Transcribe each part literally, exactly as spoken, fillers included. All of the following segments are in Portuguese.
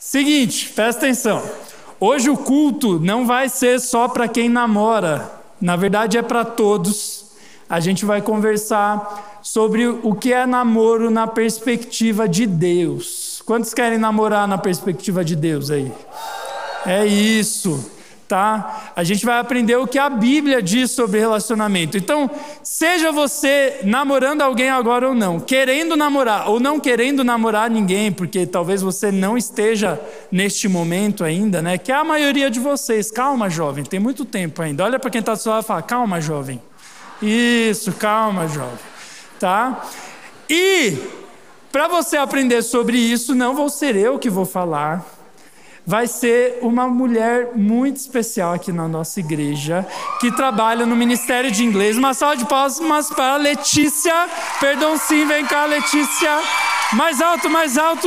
Seguinte, presta atenção. Hoje o culto não vai ser só para quem namora. Na verdade é para todos. A gente vai conversar sobre o que é namoro na perspectiva de Deus. Quantos querem namorar na perspectiva de Deus aí? É isso, tá? A gente vai aprender o que a Bíblia diz sobre relacionamento. Então, seja você namorando alguém agora ou não, querendo namorar ou não querendo namorar ninguém, porque talvez você não esteja neste momento ainda, né? Que é a maioria de vocês. Calma, jovem, tem muito tempo ainda. Olha para quem está do seu lado e fala, calma, jovem. Isso, calma, jovem, tá? E para você aprender sobre isso, não vou ser eu que vou falar. Vai ser uma mulher muito especial aqui na nossa igreja, que trabalha no Ministério de Inglês. Uma salva de palmas para a Letícia. Perdão, sim, vem cá, Letícia. Mais alto, mais alto.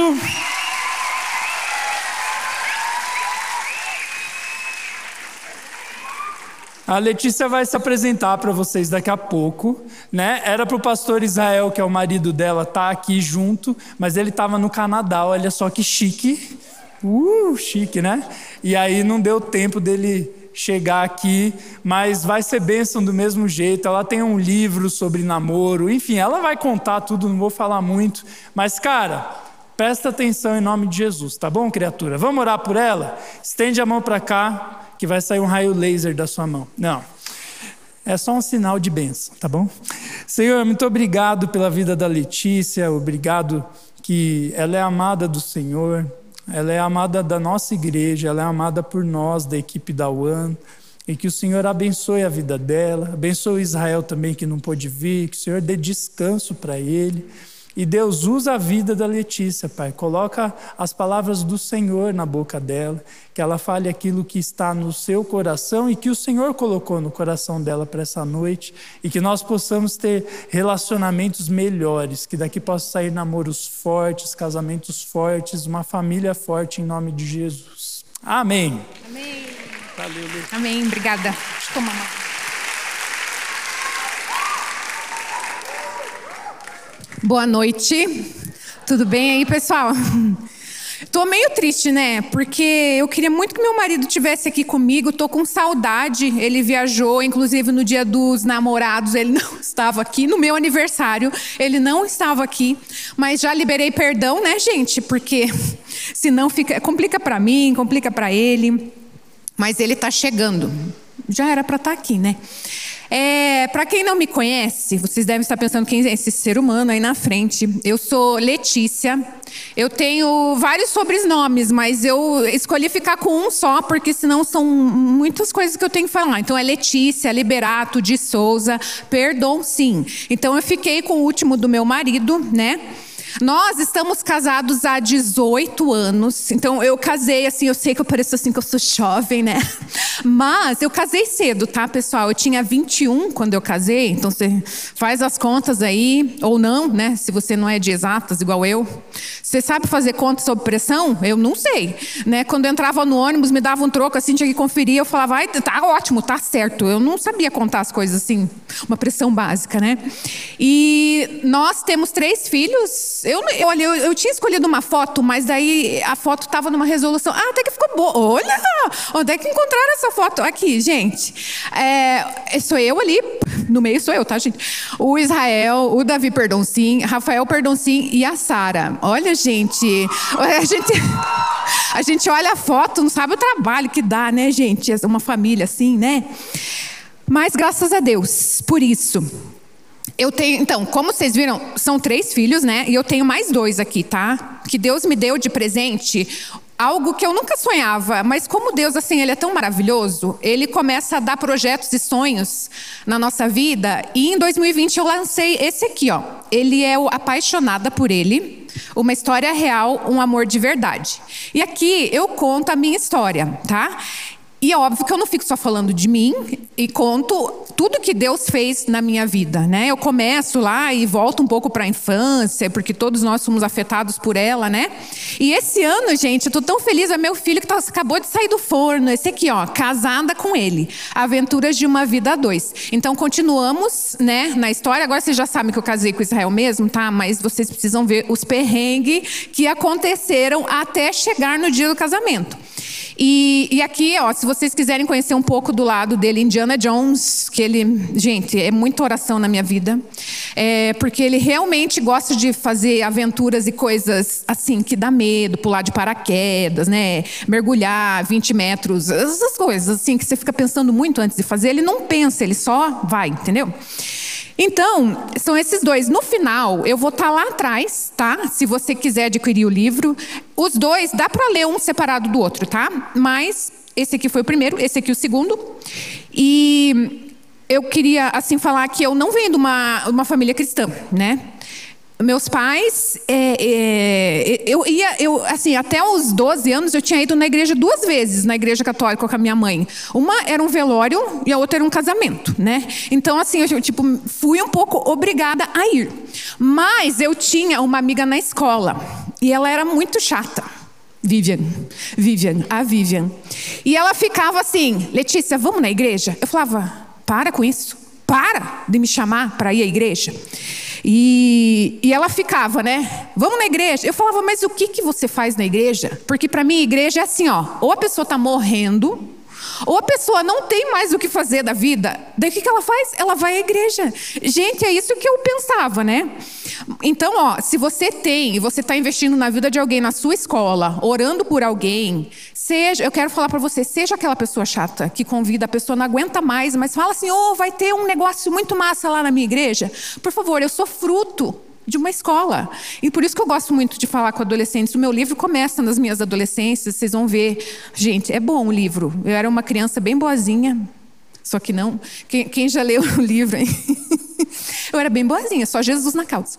A Letícia vai se apresentar para vocês daqui a pouco, né? Era para o pastor Israel, que é o marido dela, estar aqui junto, mas ele estava no Canadá, olha só que chique. Uh, chique, né? E aí não deu tempo dele chegar aqui, mas vai ser bênção do mesmo jeito. Ela tem um livro sobre namoro, enfim, ela vai contar tudo, não vou falar muito. Mas, cara, presta atenção em nome de Jesus, tá bom, criatura? Vamos orar por ela? Estende a mão para cá, que vai sair um raio laser da sua mão. Não, é só um sinal de bênção, tá bom? Senhor, muito obrigado pela vida da Letícia, obrigado que ela é amada do Senhor. Ela é amada da nossa igreja, ela é amada por nós, da equipe da One, e que o Senhor abençoe a vida dela, abençoe o Israel também que não pôde vir, que o Senhor dê descanso para ele. E Deus usa a vida da Letícia, Pai, coloca as palavras do Senhor na boca dela, que ela fale aquilo que está no seu coração e que o Senhor colocou no coração dela para essa noite, e que nós possamos ter relacionamentos melhores, que daqui possam sair namoros fortes, casamentos fortes, uma família forte em nome de Jesus. Amém. Amém. Valeu, Letícia. Amém, obrigada. Deixa eu tomar uma... Boa noite, tudo bem aí, pessoal? Tô meio triste, né? Porque eu queria muito que meu marido estivesse aqui comigo, tô com saudade. Ele viajou, inclusive no dia dos namorados, ele não estava aqui. No meu aniversário, ele não estava aqui. Mas já liberei perdão, né, gente? Porque senão fica, complica para mim, complica para ele. Mas ele tá chegando. Já era para estar aqui, né? É, para quem não me conhece, vocês devem estar pensando quem é esse ser humano aí na frente. Eu sou Letícia. Eu tenho vários sobrenomes, mas eu escolhi ficar com um só, porque senão são muitas coisas que eu tenho que falar. Então é Letícia Liberato de Souza Perdoncin. Então eu fiquei com o último do meu marido, né? Nós estamos casados há dezoito anos, então eu casei assim, eu sei que eu pareço assim que eu sou jovem, né? Mas eu casei cedo, tá, pessoal? Eu tinha vinte e um quando eu casei, então você faz as contas aí, ou não, né? Se você não é de exatas igual eu. Você sabe fazer conta sob pressão? Eu não sei, né? Quando eu entrava no ônibus, me dava um troco assim, tinha que conferir, eu falava, ai, tá ótimo, tá certo. Eu não sabia contar as coisas assim, uma pressão básica, né? E nós temos três filhos. Eu, eu, olha, eu, eu tinha escolhido uma foto, mas daí a foto estava numa resolução. Ah, até que ficou boa. Olha, onde é que encontraram essa foto? Aqui, gente. É, sou eu ali, no meio sou eu, tá, gente? O Israel, o Davi Perdoncin, Rafael Perdoncin e a Sara. Olha, gente, a gente, a gente olha a foto, não sabe o trabalho que dá, né, gente? Uma família assim, né? Mas graças a Deus, por isso. Eu tenho, então, como vocês viram, são três filhos, né? E eu tenho mais dois aqui, tá? Que Deus me deu de presente, algo que eu nunca sonhava. Mas como Deus, assim, Ele é tão maravilhoso, Ele começa a dar projetos e sonhos na nossa vida. E em dois mil e vinte eu lancei esse aqui, ó. Ele é o Apaixonada por Ele, uma história real, um amor de verdade. E aqui eu conto a minha história, tá? E é óbvio que eu não fico só falando de mim e conto tudo que Deus fez na minha vida, né? Eu começo lá e volto um pouco para a infância, porque todos nós somos afetados por ela, né? E esse ano, gente, eu tô tão feliz, é meu filho que tá, acabou de sair do forno, esse aqui, ó, casada com ele. Aventuras de uma Vida a Dois. Então, continuamos, né, na história. Agora vocês já sabem que eu casei com Israel mesmo, tá? Mas vocês precisam ver os perrengues que aconteceram até chegar no dia do casamento. E, e aqui, ó, se vocês quiserem conhecer um pouco do lado dele, Indiana Jones, que ele, gente, é muita oração na minha vida, é, porque ele realmente gosta de fazer aventuras e coisas assim que dá medo, pular de paraquedas, né, mergulhar vinte metros, essas coisas assim que você fica pensando muito antes de fazer. Ele não pensa, ele só vai, entendeu? Então, são esses dois. No final, eu vou estar lá atrás, tá? Se você quiser adquirir o livro. Os dois, dá para ler um separado do outro, tá? Mas esse aqui foi o primeiro, esse aqui o segundo. E eu queria, assim, falar que eu não venho de uma, uma família cristã, né? Meus pais, é, é, eu ia, eu, assim, até os doze anos eu tinha ido na igreja duas vezes, na igreja católica com a minha mãe. Uma era um velório e a outra era um casamento, né? Então, assim, eu tipo, fui um pouco obrigada a ir. Mas eu tinha uma amiga na escola e ela era muito chata. Vivian, Vivian, a Vivian. E ela ficava assim, Letícia, vamos na igreja? Eu falava, para com isso, para de me chamar para ir à igreja. E, e ela ficava, né? Vamos na igreja. Eu falava, mas o que, que você faz na igreja? Porque para mim, a igreja é assim, ó. Ou a pessoa está morrendo, ou a pessoa não tem mais o que fazer da vida. Daí o que, que ela faz? Ela vai à igreja. Gente, é isso que eu pensava, né? Então, ó, se você tem, você está investindo na vida de alguém na sua escola, orando por alguém, seja, eu quero falar para você, seja aquela pessoa chata que convida, a pessoa não aguenta mais, mas fala assim, oh, vai ter um negócio muito massa lá na minha igreja. Por favor, eu sou fruto de uma escola. E por isso que eu gosto muito de falar com adolescentes. O meu livro começa nas minhas adolescências, vocês vão ver. Gente, é bom o livro. Eu era uma criança bem boazinha, só que não. Quem, quem já leu o livro, hein? Eu era bem boazinha, só Jesus na causa.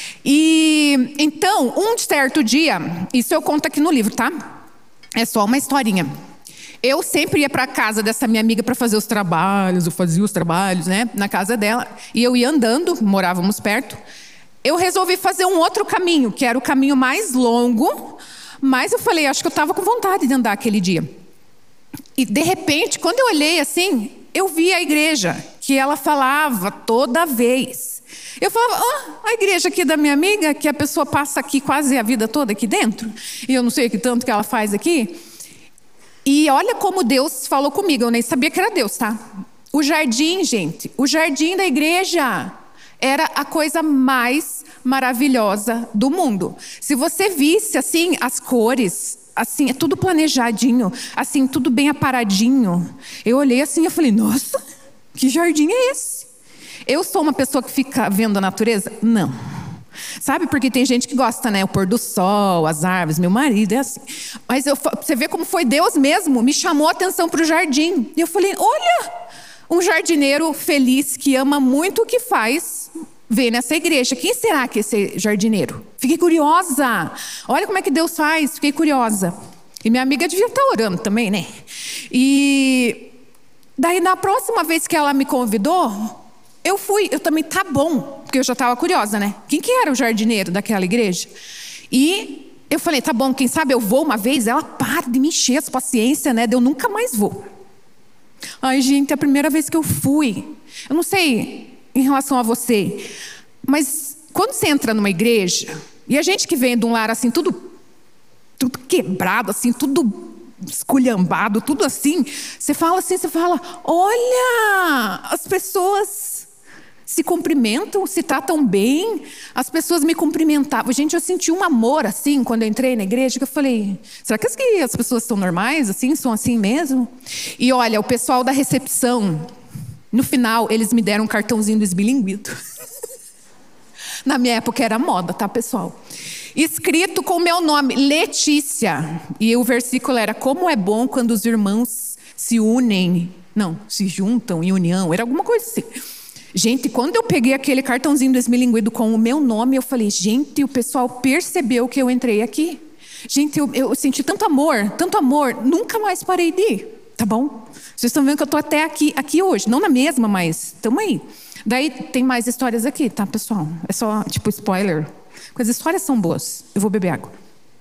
E então, um certo dia, isso eu conto aqui no livro, tá? É só uma historinha. Eu sempre ia para a casa dessa minha amiga para fazer os trabalhos, eu fazia os trabalhos, né, na casa dela. E eu ia andando, morávamos perto. Eu resolvi fazer um outro caminho, que era o caminho mais longo, mas eu falei, acho que eu estava com vontade de andar aquele dia. E de repente, quando eu olhei assim, eu vi a igreja, que ela falava toda vez. Eu falava, oh, a igreja aqui da minha amiga, que a pessoa passa aqui quase a vida toda aqui dentro, e eu não sei o que tanto que ela faz aqui. E olha como Deus falou comigo, eu nem sabia que era Deus, tá? O jardim, gente, o jardim da igreja era a coisa mais maravilhosa do mundo. Se você visse, assim, as cores, assim, é tudo planejadinho, assim, tudo bem aparadinho. Eu olhei assim e falei, nossa, que jardim é esse? Eu sou uma pessoa que fica vendo a natureza? Não. Sabe, porque tem gente que gosta, né? O pôr do sol, as árvores, meu marido é assim. Mas eu, você vê como foi Deus mesmo, me chamou a atenção para o jardim. E eu falei, olha, um jardineiro feliz que ama muito o que faz, veio nessa igreja. Quem será que é esse jardineiro? Fiquei curiosa. Olha como é que Deus faz, fiquei curiosa. E minha amiga devia estar orando também, né? E daí, na próxima vez que ela me convidou, eu fui, eu também, tá bom, porque eu já estava curiosa, né? Quem que era o jardineiro daquela igreja? E eu falei, tá bom, quem sabe eu vou uma vez? Ela, para de me encher as paciência, né? Eu nunca mais vou. Ai, gente, é a primeira vez que eu fui. Eu não sei em relação a você, mas quando você entra numa igreja, e a gente que vem de um lar assim, tudo, tudo quebrado, assim, tudo esculhambado, tudo assim, você fala assim, você fala, olha, as pessoas se cumprimentam, se tratam bem. As pessoas me cumprimentavam. Gente, eu senti um amor assim quando eu entrei na igreja, que eu falei, será que as pessoas são normais assim, são assim mesmo? E olha, o pessoal da recepção, no final, eles me deram um cartãozinho do esbilinguido. Na minha época era moda, tá, pessoal? Escrito com o meu nome, Letícia. E o versículo era, como é bom quando os irmãos se unem. Não, se juntam em união. Era alguma coisa assim. Gente, quando eu peguei aquele cartãozinho do esmilinguido com o meu nome, eu falei, gente, o pessoal percebeu que eu entrei aqui. Gente, eu, eu senti tanto amor, tanto amor, nunca mais parei de ir. tá bom? Vocês estão vendo que eu estou até aqui, aqui hoje. Não na mesma, mas estamos aí. Daí tem mais histórias aqui, tá, pessoal? É só, tipo, spoiler. Porque as histórias são boas. Eu vou beber água.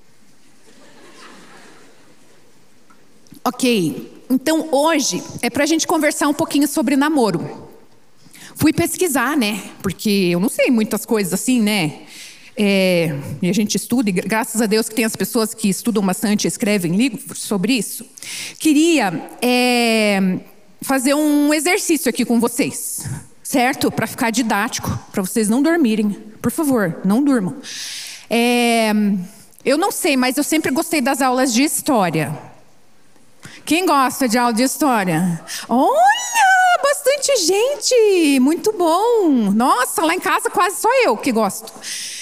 Ok. Então, hoje é pra gente conversar um pouquinho sobre namoro. Fui pesquisar, né? Porque eu não sei muitas coisas assim, né? É, e a gente estuda, e graças a Deus que tem as pessoas que estudam bastante e escrevem livros sobre isso. Queria é, fazer um exercício aqui com vocês, certo? Para ficar didático, para vocês não dormirem. Por favor, não durmam. É, eu não sei, mas eu sempre gostei das aulas de história. Quem gosta de aula de história? Olha, bastante gente, muito bom. Nossa, lá em casa quase só eu que gosto.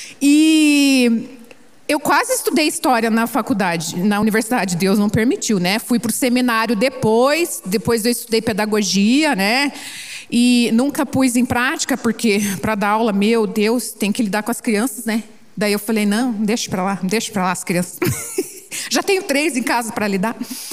E eu quase estudei história na faculdade, na universidade, Deus não permitiu, né? Fui para o seminário depois, depois eu estudei pedagogia, né? E nunca pus em prática, porque para dar aula, meu Deus, tem que lidar com as crianças, né? Daí eu falei, não, deixa para lá, deixa para lá as crianças. Já tenho três em casa para lidar.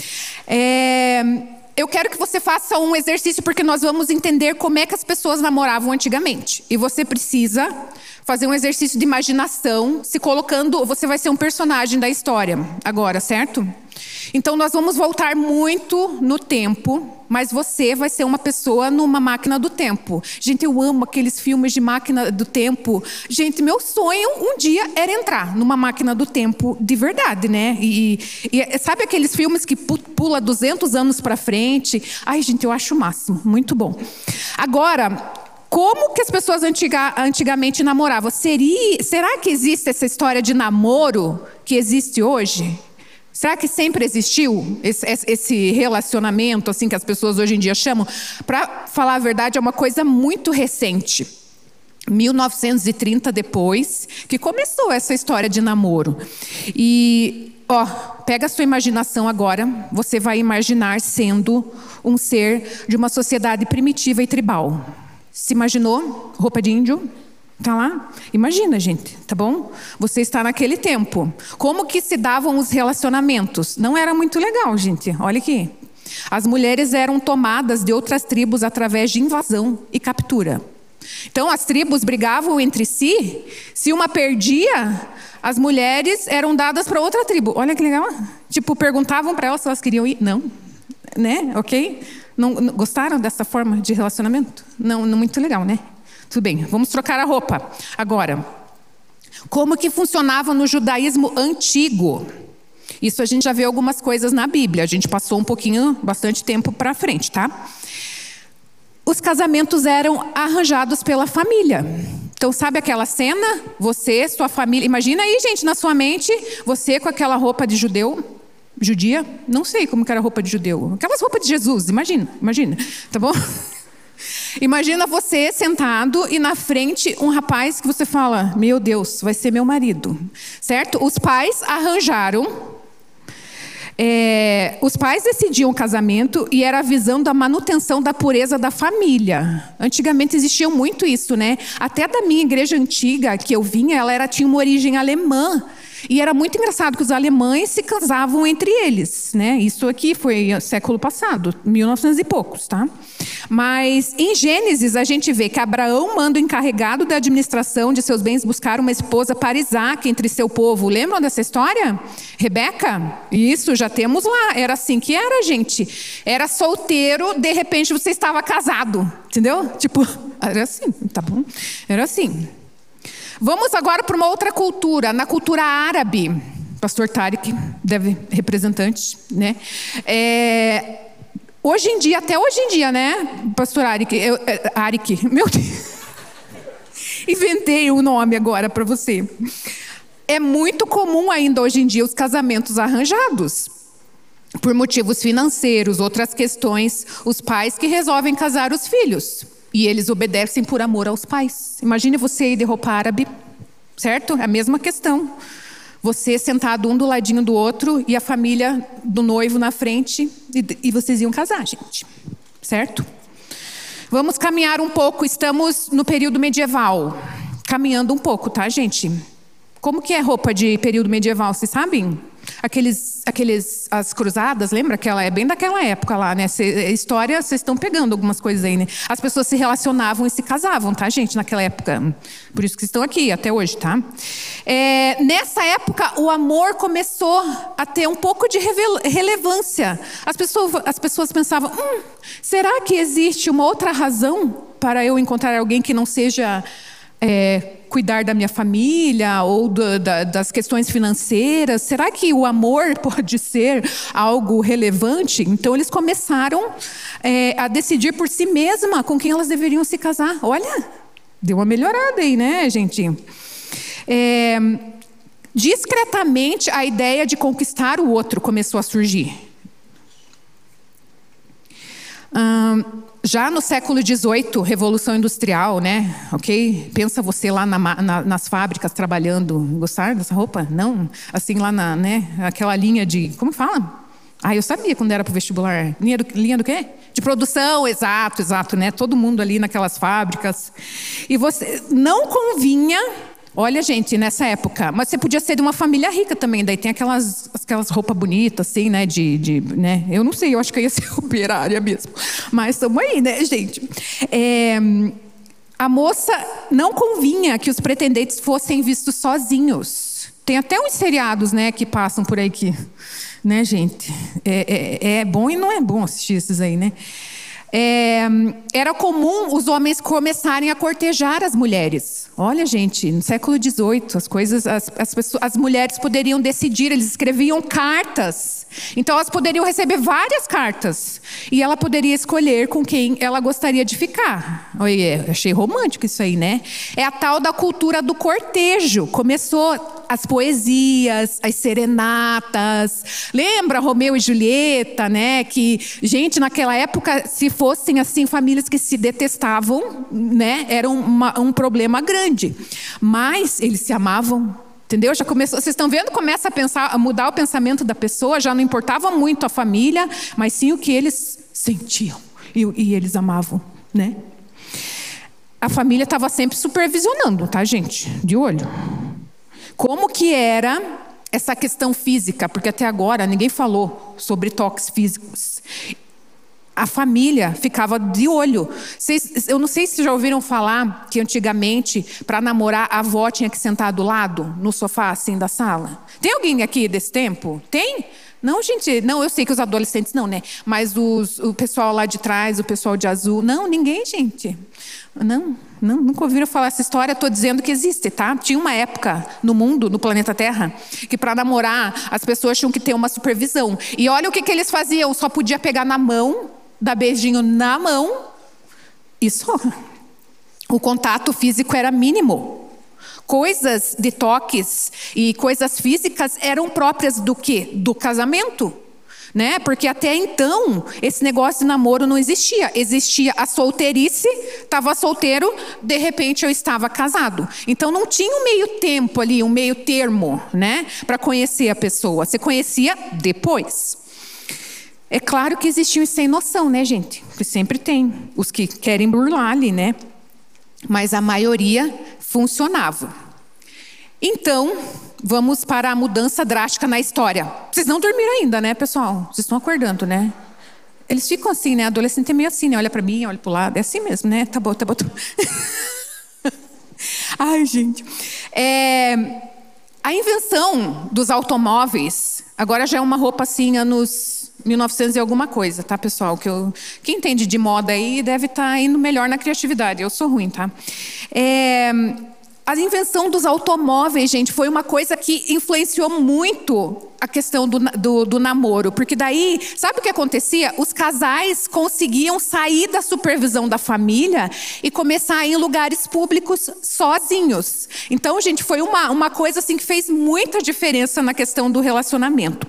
É... Eu quero que você faça um exercício, porque nós vamos entender como é que as pessoas namoravam antigamente. E você precisa fazer um exercício de imaginação, se colocando, você vai ser um personagem da história agora, certo? Então nós vamos voltar muito no tempo, mas você vai ser uma pessoa numa máquina do tempo. Gente, eu amo aqueles filmes de máquina do tempo. Gente, meu sonho um dia era entrar numa máquina do tempo de verdade, né? E, e sabe aqueles filmes que pula duzentos anos para frente? Ai, gente, eu acho o máximo, muito bom. Agora, como que as pessoas antiga, antigamente namoravam? Seria, será que existe essa história de namoro que existe hoje? Será que sempre existiu esse, esse relacionamento, assim, que as pessoas hoje em dia chamam? Para falar a verdade, é uma coisa muito recente. mil novecentos e trinta depois, que começou essa história de namoro. E, ó, pega a sua imaginação agora. Você vai imaginar sendo um ser de uma sociedade primitiva e tribal. Se imaginou? Roupa de índio? Tá lá? Imagina, gente, tá bom? Você está naquele tempo. Como que se davam os relacionamentos? Não era muito legal, gente. Olha aqui. As mulheres eram tomadas de outras tribos através de invasão e captura. Então, as tribos brigavam entre si. Se uma perdia, as mulheres eram dadas para outra tribo. Olha que legal. Tipo, perguntavam para elas se elas queriam ir. Não. Né? Ok? Não, não gostaram dessa forma de relacionamento? Não, não muito legal, né? Tudo bem, vamos trocar a roupa. Agora, como que funcionava no judaísmo antigo? Isso a gente já vê algumas coisas na Bíblia. A gente passou um pouquinho, bastante tempo para frente, tá? Os casamentos eram arranjados pela família. Então, sabe aquela cena? Você, sua família... Imagina aí, gente, na sua mente, você com aquela roupa de judeu... Judia? Não sei como que era a roupa de judeu. Aquelas roupas de Jesus, imagina, imagina, tá bom? Imagina você sentado e na frente um rapaz que você fala, meu Deus, vai ser meu marido, certo? Os pais arranjaram, é, os pais decidiam o casamento e era visando a manutenção da pureza da família. Antigamente existia muito isso, né? Até da minha igreja antiga que eu vinha, ela era, tinha uma origem alemã. E era muito engraçado que os alemães se casavam entre eles, né? Isso aqui foi século passado, mil e novecentos e poucos, tá? Mas em Gênesis a gente vê que Abraão manda o encarregado da administração de seus bens buscar uma esposa para Isaac entre seu povo. Lembram dessa história? Rebeca? Isso, já temos lá. Era assim que era, gente. Era solteiro, de repente você estava casado, entendeu? Tipo, era assim, tá bom? Era assim. Vamos agora para uma outra cultura, na cultura árabe. Pastor Tarek, deve representante, né? É, hoje em dia, até hoje em dia, né, Pastor Arik, eu, é, Arik, meu Deus, inventei o um nome agora para você. É muito comum ainda hoje em dia os casamentos arranjados. Por motivos financeiros, outras questões, os pais que resolvem casar os filhos. E eles obedecem por amor aos pais. Imagine você ir de roupa árabe, certo? É a mesma questão. Você sentado um do ladinho do outro e a família do noivo na frente e, e vocês iam casar, gente. Certo? Vamos caminhar um pouco. Estamos no período medieval. Caminhando um pouco, tá, gente? Como que é roupa de período medieval, vocês sabem? Aqueles, aqueles, as cruzadas, lembra? Aquela, é bem daquela época lá, né? Cê, história, vocês estão pegando algumas coisas aí, né? As pessoas se relacionavam e se casavam, tá, gente? Naquela época. Por isso que estão aqui até hoje, tá? É, nessa época, o amor começou a ter um pouco de relevância. As pessoas, as pessoas pensavam, hum, será que existe uma outra razão para eu encontrar alguém que não seja... É, cuidar da minha família ou do, da, das questões financeiras? Será que o amor pode ser algo relevante? Então eles começaram é, a decidir por si mesma com quem elas deveriam se casar. Olha, deu uma melhorada aí, né, gente? É, discretamente a ideia de conquistar o outro começou a surgir. Hum, Já no século dezoito, Revolução Industrial, né? Ok? Pensa você lá na, na, nas fábricas trabalhando. Gostaram dessa roupa? Não? Assim lá na, né? Aquela linha de... Como fala? Ah, eu sabia quando era para o vestibular. Linha do, linha do quê? De produção, exato, exato, né? Todo mundo ali naquelas fábricas. E você... Não convinha... Olha, gente, nessa época, mas você podia ser de uma família rica também, daí tem aquelas, aquelas roupas bonitas, assim, né, de, de, né, eu não sei, eu acho que eu ia ser operária mesmo, mas estamos aí, né, gente. É, a moça não convinha que os pretendentes fossem vistos sozinhos. Tem até uns seriados, né, que passam por aí que, né, gente, é, é, é bom e não é bom assistir esses aí, né. É, era comum os homens começarem a cortejar as mulheres. Olha, gente, no século dezoito, as coisas, as, as, pessoas, as mulheres poderiam decidir, eles escreviam cartas. Então, elas poderiam receber várias cartas. E ela poderia escolher com quem ela gostaria de ficar. Olha, achei romântico isso aí, né? É a tal da cultura do cortejo. Começou as poesias, as serenatas. Lembra Romeu e Julieta, né? Que, gente, naquela época, se fossem assim famílias que se detestavam, né? Era uma, um problema grande. Mas eles se amavam. Entendeu? Já começou, vocês estão vendo? Começa a pensar, a mudar o pensamento da pessoa. Já não importava muito a família, mas sim o que eles sentiam e, e eles amavam, né? A família estava sempre supervisionando, tá, gente? De olho. Como que era essa questão física? Porque até agora ninguém falou sobre toques físicos. A família ficava de olho. Vocês, eu não sei se já ouviram falar que antigamente, para namorar, a avó tinha que sentar do lado, no sofá assim da sala. Tem alguém aqui desse tempo? Tem? Não, gente, não, eu sei que os adolescentes não, né? Mas os, o pessoal lá de trás, o pessoal de azul, não, ninguém, gente. Não, não, nunca ouviram falar essa história, estou dizendo que existe, tá? Tinha uma época no mundo, no planeta Terra, que para namorar, as pessoas tinham que ter uma supervisão. E olha o que, que eles faziam, só podia pegar na mão, dar beijinho na mão, e só. O contato físico era mínimo. Coisas de toques e coisas físicas eram próprias do quê? Do casamento, né? Porque até então, esse negócio de namoro não existia. Existia a solteirice, estava solteiro, de repente eu estava casado. Então não tinha um meio tempo ali, um meio termo, né? Para conhecer a pessoa. Você conhecia depois. É claro que existiam sem noção, né, gente? Porque sempre tem os que querem burlar ali, né? Mas a maioria funcionava. Então, vamos para a mudança drástica na história. Vocês não dormiram ainda, né, pessoal? Vocês estão acordando, né? Eles ficam assim, né? Adolescente é meio assim, né? Olha para mim, olha para o lado. É assim mesmo, né? Tá bom, tá bom. Tá bom. Ai, gente. É... A invenção dos automóveis, agora já é uma roupa assim, anos mil e novecentos e alguma coisa, tá, pessoal? Que eu, quem entende de moda aí deve estar indo melhor na criatividade. Eu sou ruim, tá? É, a invenção dos automóveis, gente, foi uma coisa que influenciou muito a questão do, do, do namoro. Porque daí, sabe o que acontecia? Os casais conseguiam sair da supervisão da família e começar a ir em lugares públicos sozinhos. Então, gente, foi uma, uma coisa assim que fez muita diferença na questão do relacionamento.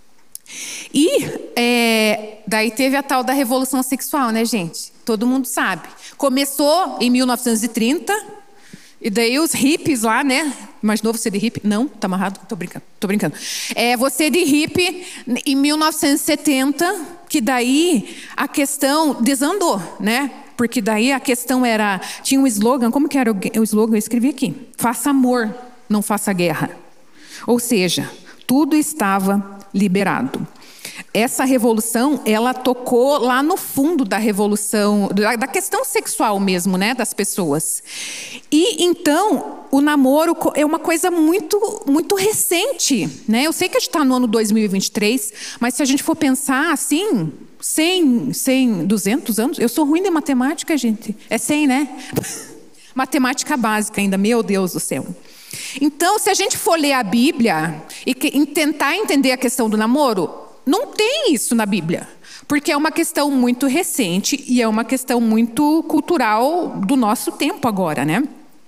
E é, daí teve a tal da revolução sexual, né, gente? Todo mundo sabe. Começou em mil novecentos e trinta, e daí os hippies lá, né? Imaginou você de hippie? Não, tá amarrado? Tô brincando, tô brincando. É, você de hippie em mil novecentos e setenta, que daí a questão desandou, né? Porque daí a questão era, tinha um slogan, como que era o, o slogan? Eu escrevi aqui. Faça amor, não faça guerra. Ou seja, Tudo estava liberado. Essa revolução, ela tocou lá no fundo da revolução, da questão sexual mesmo, né, das pessoas. E então, o namoro é uma coisa muito, muito recente, né? Eu sei que a gente está no ano dois mil e vinte e três, mas se a gente for pensar assim, cem, cem, duzentos anos, eu sou ruim de matemática, gente. É cem, né? Matemática básica ainda, meu Deus do céu. Então, se a gente for ler a Bíblia e tentar entender a questão do namoro, não tem isso na Bíblia, porque é uma questão muito recente e é uma questão muito cultural do nosso tempo agora, né?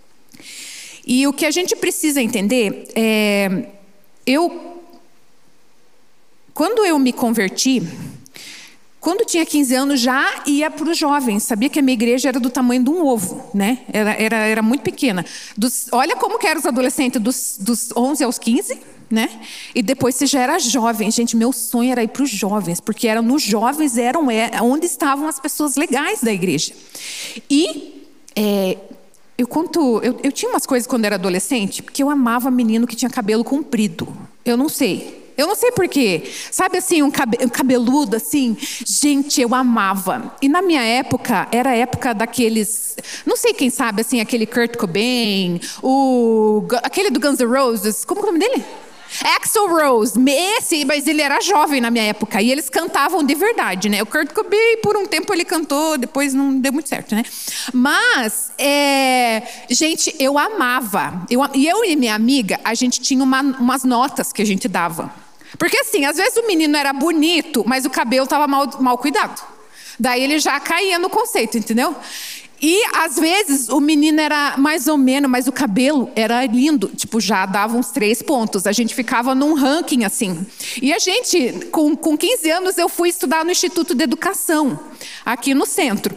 E o que a gente precisa entender é, eu, quando eu me converti, quando tinha quinze anos já ia para os jovens, sabia que a minha igreja era do tamanho de um ovo, né? Era, era, era muito pequena. Dos, olha como que eram os adolescentes, dos, dos onze aos quinze, né? E depois você já era jovem. Gente, meu sonho era ir para os jovens, porque era, nos jovens eram é, onde estavam as pessoas legais da igreja. E é, eu conto, eu, eu tinha umas coisas quando era adolescente, porque eu amava menino que tinha cabelo comprido. Eu não sei. Eu não sei porquê. Sabe assim, um cabeludo assim? Gente, eu amava. E na minha época, era a época daqueles... Não sei quem sabe, assim, aquele Kurt Cobain, o, aquele do Guns N' Roses. Como é o nome dele? Axl Rose. Esse, mas ele era jovem na minha época. E eles cantavam de verdade, né? O Kurt Cobain, por um tempo ele cantou, depois não deu muito certo, né? Mas, é... gente, eu amava. Eu, e eu e minha amiga, a gente tinha uma, umas notas que a gente dava. Porque assim, às vezes o menino era bonito, mas o cabelo estava mal, mal cuidado. Daí ele já caía no conceito, entendeu? E às vezes o menino era mais ou menos, mas o cabelo era lindo. Tipo, já dava uns três pontos. A gente ficava num ranking assim. E a gente, com, com quinze anos, eu fui estudar no Instituto de Educação, aqui no centro.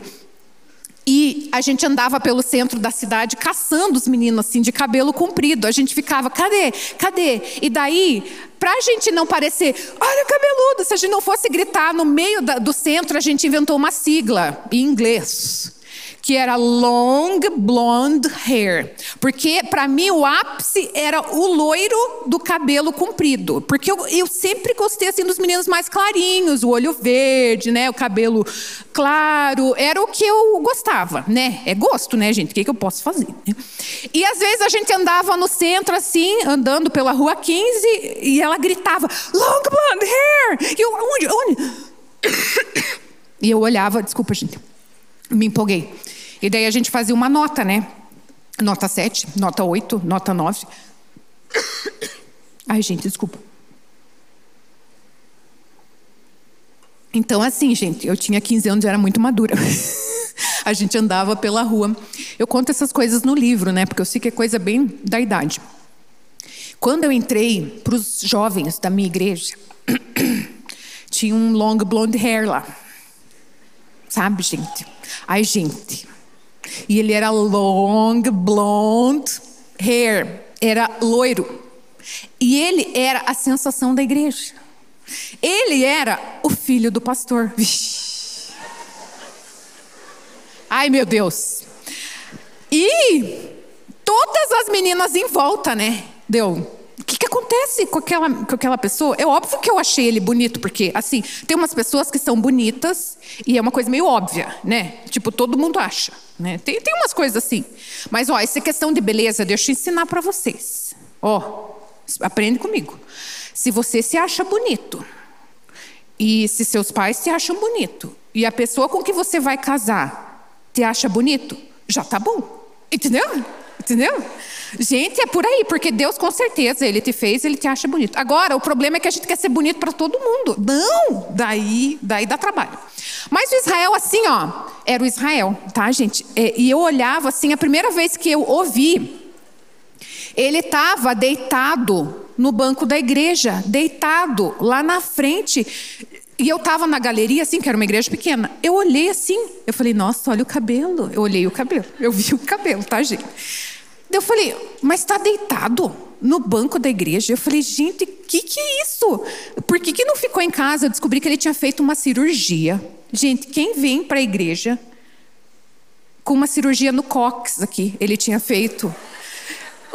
E a gente andava pelo centro da cidade caçando os meninos assim de cabelo comprido. A gente ficava, cadê? Cadê? E daí, pra gente não parecer, olha o cabeludo, se a gente não fosse gritar no meio da, do centro, a gente inventou uma sigla em inglês, que era long blonde hair. Porque para mim o ápice era o loiro do cabelo comprido. Porque eu, eu sempre gostei assim dos meninos mais clarinhos, o olho verde, né, o cabelo claro, era o que eu gostava, né? É gosto, né, gente? O que, que eu posso fazer? E às vezes a gente andava no centro assim, andando pela rua quinze, e ela gritava, long blonde hair! E eu, onde? Onde? E eu olhava, desculpa, gente, me empolguei. E daí a gente fazia uma nota, né? Nota sete, nota oito, nota nove. Ai, gente, desculpa. Então, assim, gente, eu tinha quinze anos e era muito madura. A gente andava pela rua. Eu conto essas coisas no livro, né? Porque eu sei que é coisa bem da idade. Quando eu entrei para os jovens da minha igreja, tinha um long blonde hair lá. Sabe, gente? Ai, gente. E ele era long blonde hair. Era loiro. E ele era a sensação da igreja. Ele era o filho do pastor. Vixe. Ai, meu Deus. E todas as meninas em volta, né? Deu... O que, que acontece com aquela, com aquela pessoa? É óbvio que eu achei ele bonito, porque, assim, tem umas pessoas que são bonitas e é uma coisa meio óbvia, né? Tipo, todo mundo acha, né? Tem, tem umas coisas assim. Mas, ó, essa questão de beleza, deixa eu ensinar pra vocês. Ó, aprende comigo. Se você se acha bonito e se seus pais se acham bonito e a pessoa com que você vai casar te acha bonito, já tá bom. Entendeu? Entendeu? Gente, é por aí, porque Deus com certeza, Ele te fez, Ele te acha bonito. Agora, o problema é que a gente quer ser bonito para todo mundo. Não, daí, daí dá trabalho. Mas o Israel, assim, ó, era o Israel, tá, gente? É, e eu olhava assim, a primeira vez que eu ouvi, ele estava deitado no banco da igreja, deitado lá na frente. E eu estava na galeria, assim, que era uma igreja pequena. Eu olhei assim, eu falei, nossa, olha o cabelo. Eu olhei o cabelo, eu vi o cabelo, tá, gente? Eu falei, mas está deitado no banco da igreja? Eu falei, gente, o que, que é isso? Por que, que não ficou em casa? Eu descobri que ele tinha feito uma cirurgia. Gente, quem vem para a igreja com uma cirurgia no cóccix aqui? Ele tinha feito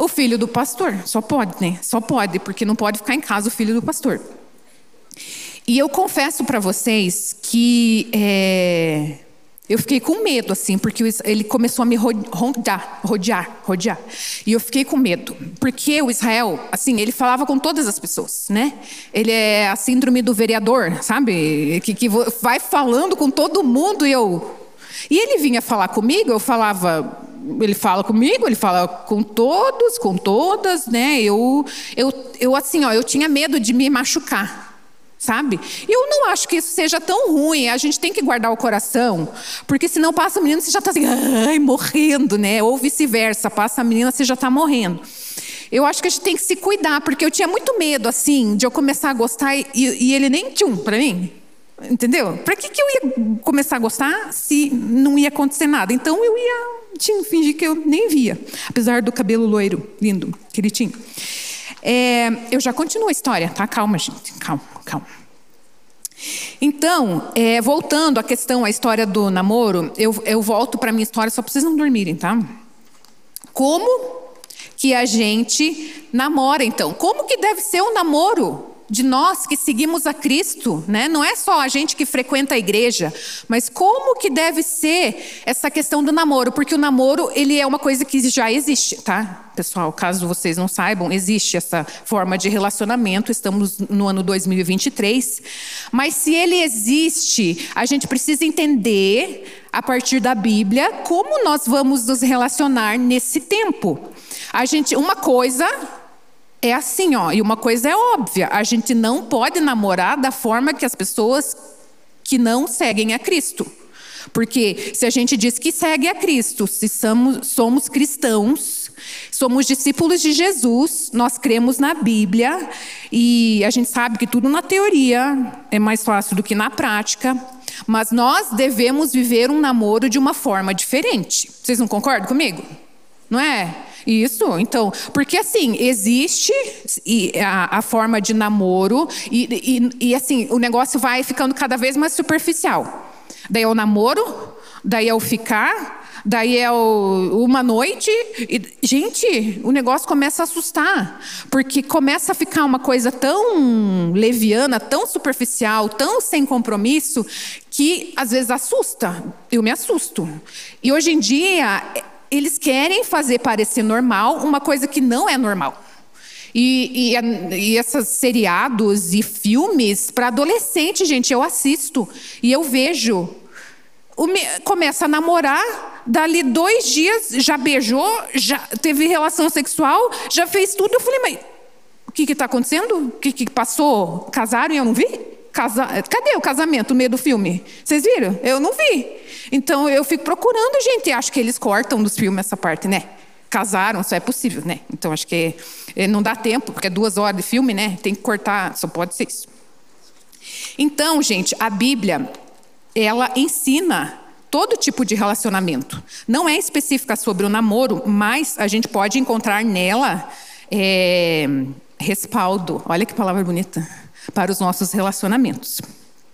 O filho do pastor, só pode, né? Só pode, porque não pode ficar em casa o filho do pastor. E eu confesso para vocês que é, eu fiquei com medo, assim, porque ele começou a me rodear, rodear, rodear. E eu fiquei com medo, porque o Israel, assim, ele falava com todas as pessoas, né? Ele é a síndrome do vereador, sabe? Que, que vai falando com todo mundo e eu... E ele vinha falar comigo, eu falava... Ele fala comigo, ele fala com todos, com todas, né? Eu, eu, eu assim, ó, eu tinha medo de me machucar, sabe? E eu não acho que isso seja tão ruim. A gente tem que guardar o coração, porque senão passa a menina, você já está assim, ai, morrendo, né? Ou vice-versa, passa a menina, você já está morrendo. Eu acho que a gente tem que se cuidar, porque eu tinha muito medo, assim, de eu começar a gostar e, e ele nem tchum para mim. Entendeu? Para que, que eu ia começar a gostar se não ia acontecer nada? Então eu ia tinha, fingir que eu nem via, apesar do cabelo loiro lindo que ele tinha. É, eu já continuo a história, tá? Calma, gente, calma, calma. Então, é, voltando à questão, à história do namoro, eu, eu volto para a minha história só para vocês não dormirem, tá? Como que a gente namora, então? Como que deve ser o namoro de nós que seguimos a Cristo, né? Não é só a gente que frequenta a igreja, mas como que deve ser essa questão do namoro? Porque o namoro, ele é uma coisa que já existe, tá? Pessoal, caso vocês não saibam, existe essa forma de relacionamento, estamos no ano dois mil e vinte e três, mas se ele existe, a gente precisa entender, a partir da Bíblia, como nós vamos nos relacionar nesse tempo. A gente, uma coisa... É assim, ó, e uma coisa é óbvia, a gente não pode namorar da forma que as pessoas que não seguem a Cristo. Porque se a gente diz que segue a Cristo, se somos, somos cristãos, somos discípulos de Jesus, nós cremos na Bíblia, e a gente sabe que tudo na teoria é mais fácil do que na prática, mas nós devemos viver um namoro de uma forma diferente. Vocês não concordam comigo? Não é? Isso, então, porque assim, existe a, a forma de namoro e, e, e assim, o negócio vai ficando cada vez mais superficial. Daí é o namoro, daí é o ficar, daí é o, uma noite e, gente, o negócio começa a assustar, porque começa a ficar uma coisa tão leviana, tão superficial, tão sem compromisso, que às vezes assusta, eu me assusto. E hoje em dia... eles querem fazer parecer normal uma coisa que não é normal. E, e, e esses seriados e filmes para adolescente, gente, eu assisto e eu vejo. O me, começa a namorar, dali dois dias já beijou, já teve relação sexual, já fez tudo. Eu falei, mas o que está acontecendo? O que, que passou? Casaram e eu não vi? Casa... Cadê o casamento no meio do filme? Vocês viram? Eu não vi. Então eu fico procurando, gente. Acho que eles cortam dos filmes essa parte, né? Casaram, só é possível, né? Então acho que não dá tempo, porque é duas horas de filme, né? Tem que cortar, só pode ser isso. Então, gente, a Bíblia, ela ensina todo tipo de relacionamento. Não é específica sobre o namoro, mas a gente pode encontrar nela é, respaldo. Olha que palavra bonita. Para os nossos relacionamentos.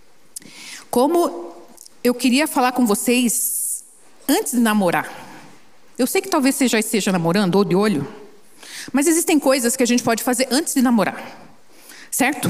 Como eu queria falar com vocês antes de namorar. Eu sei que talvez você já esteja namorando ou de olho, mas existem coisas que a gente pode fazer antes de namorar, certo?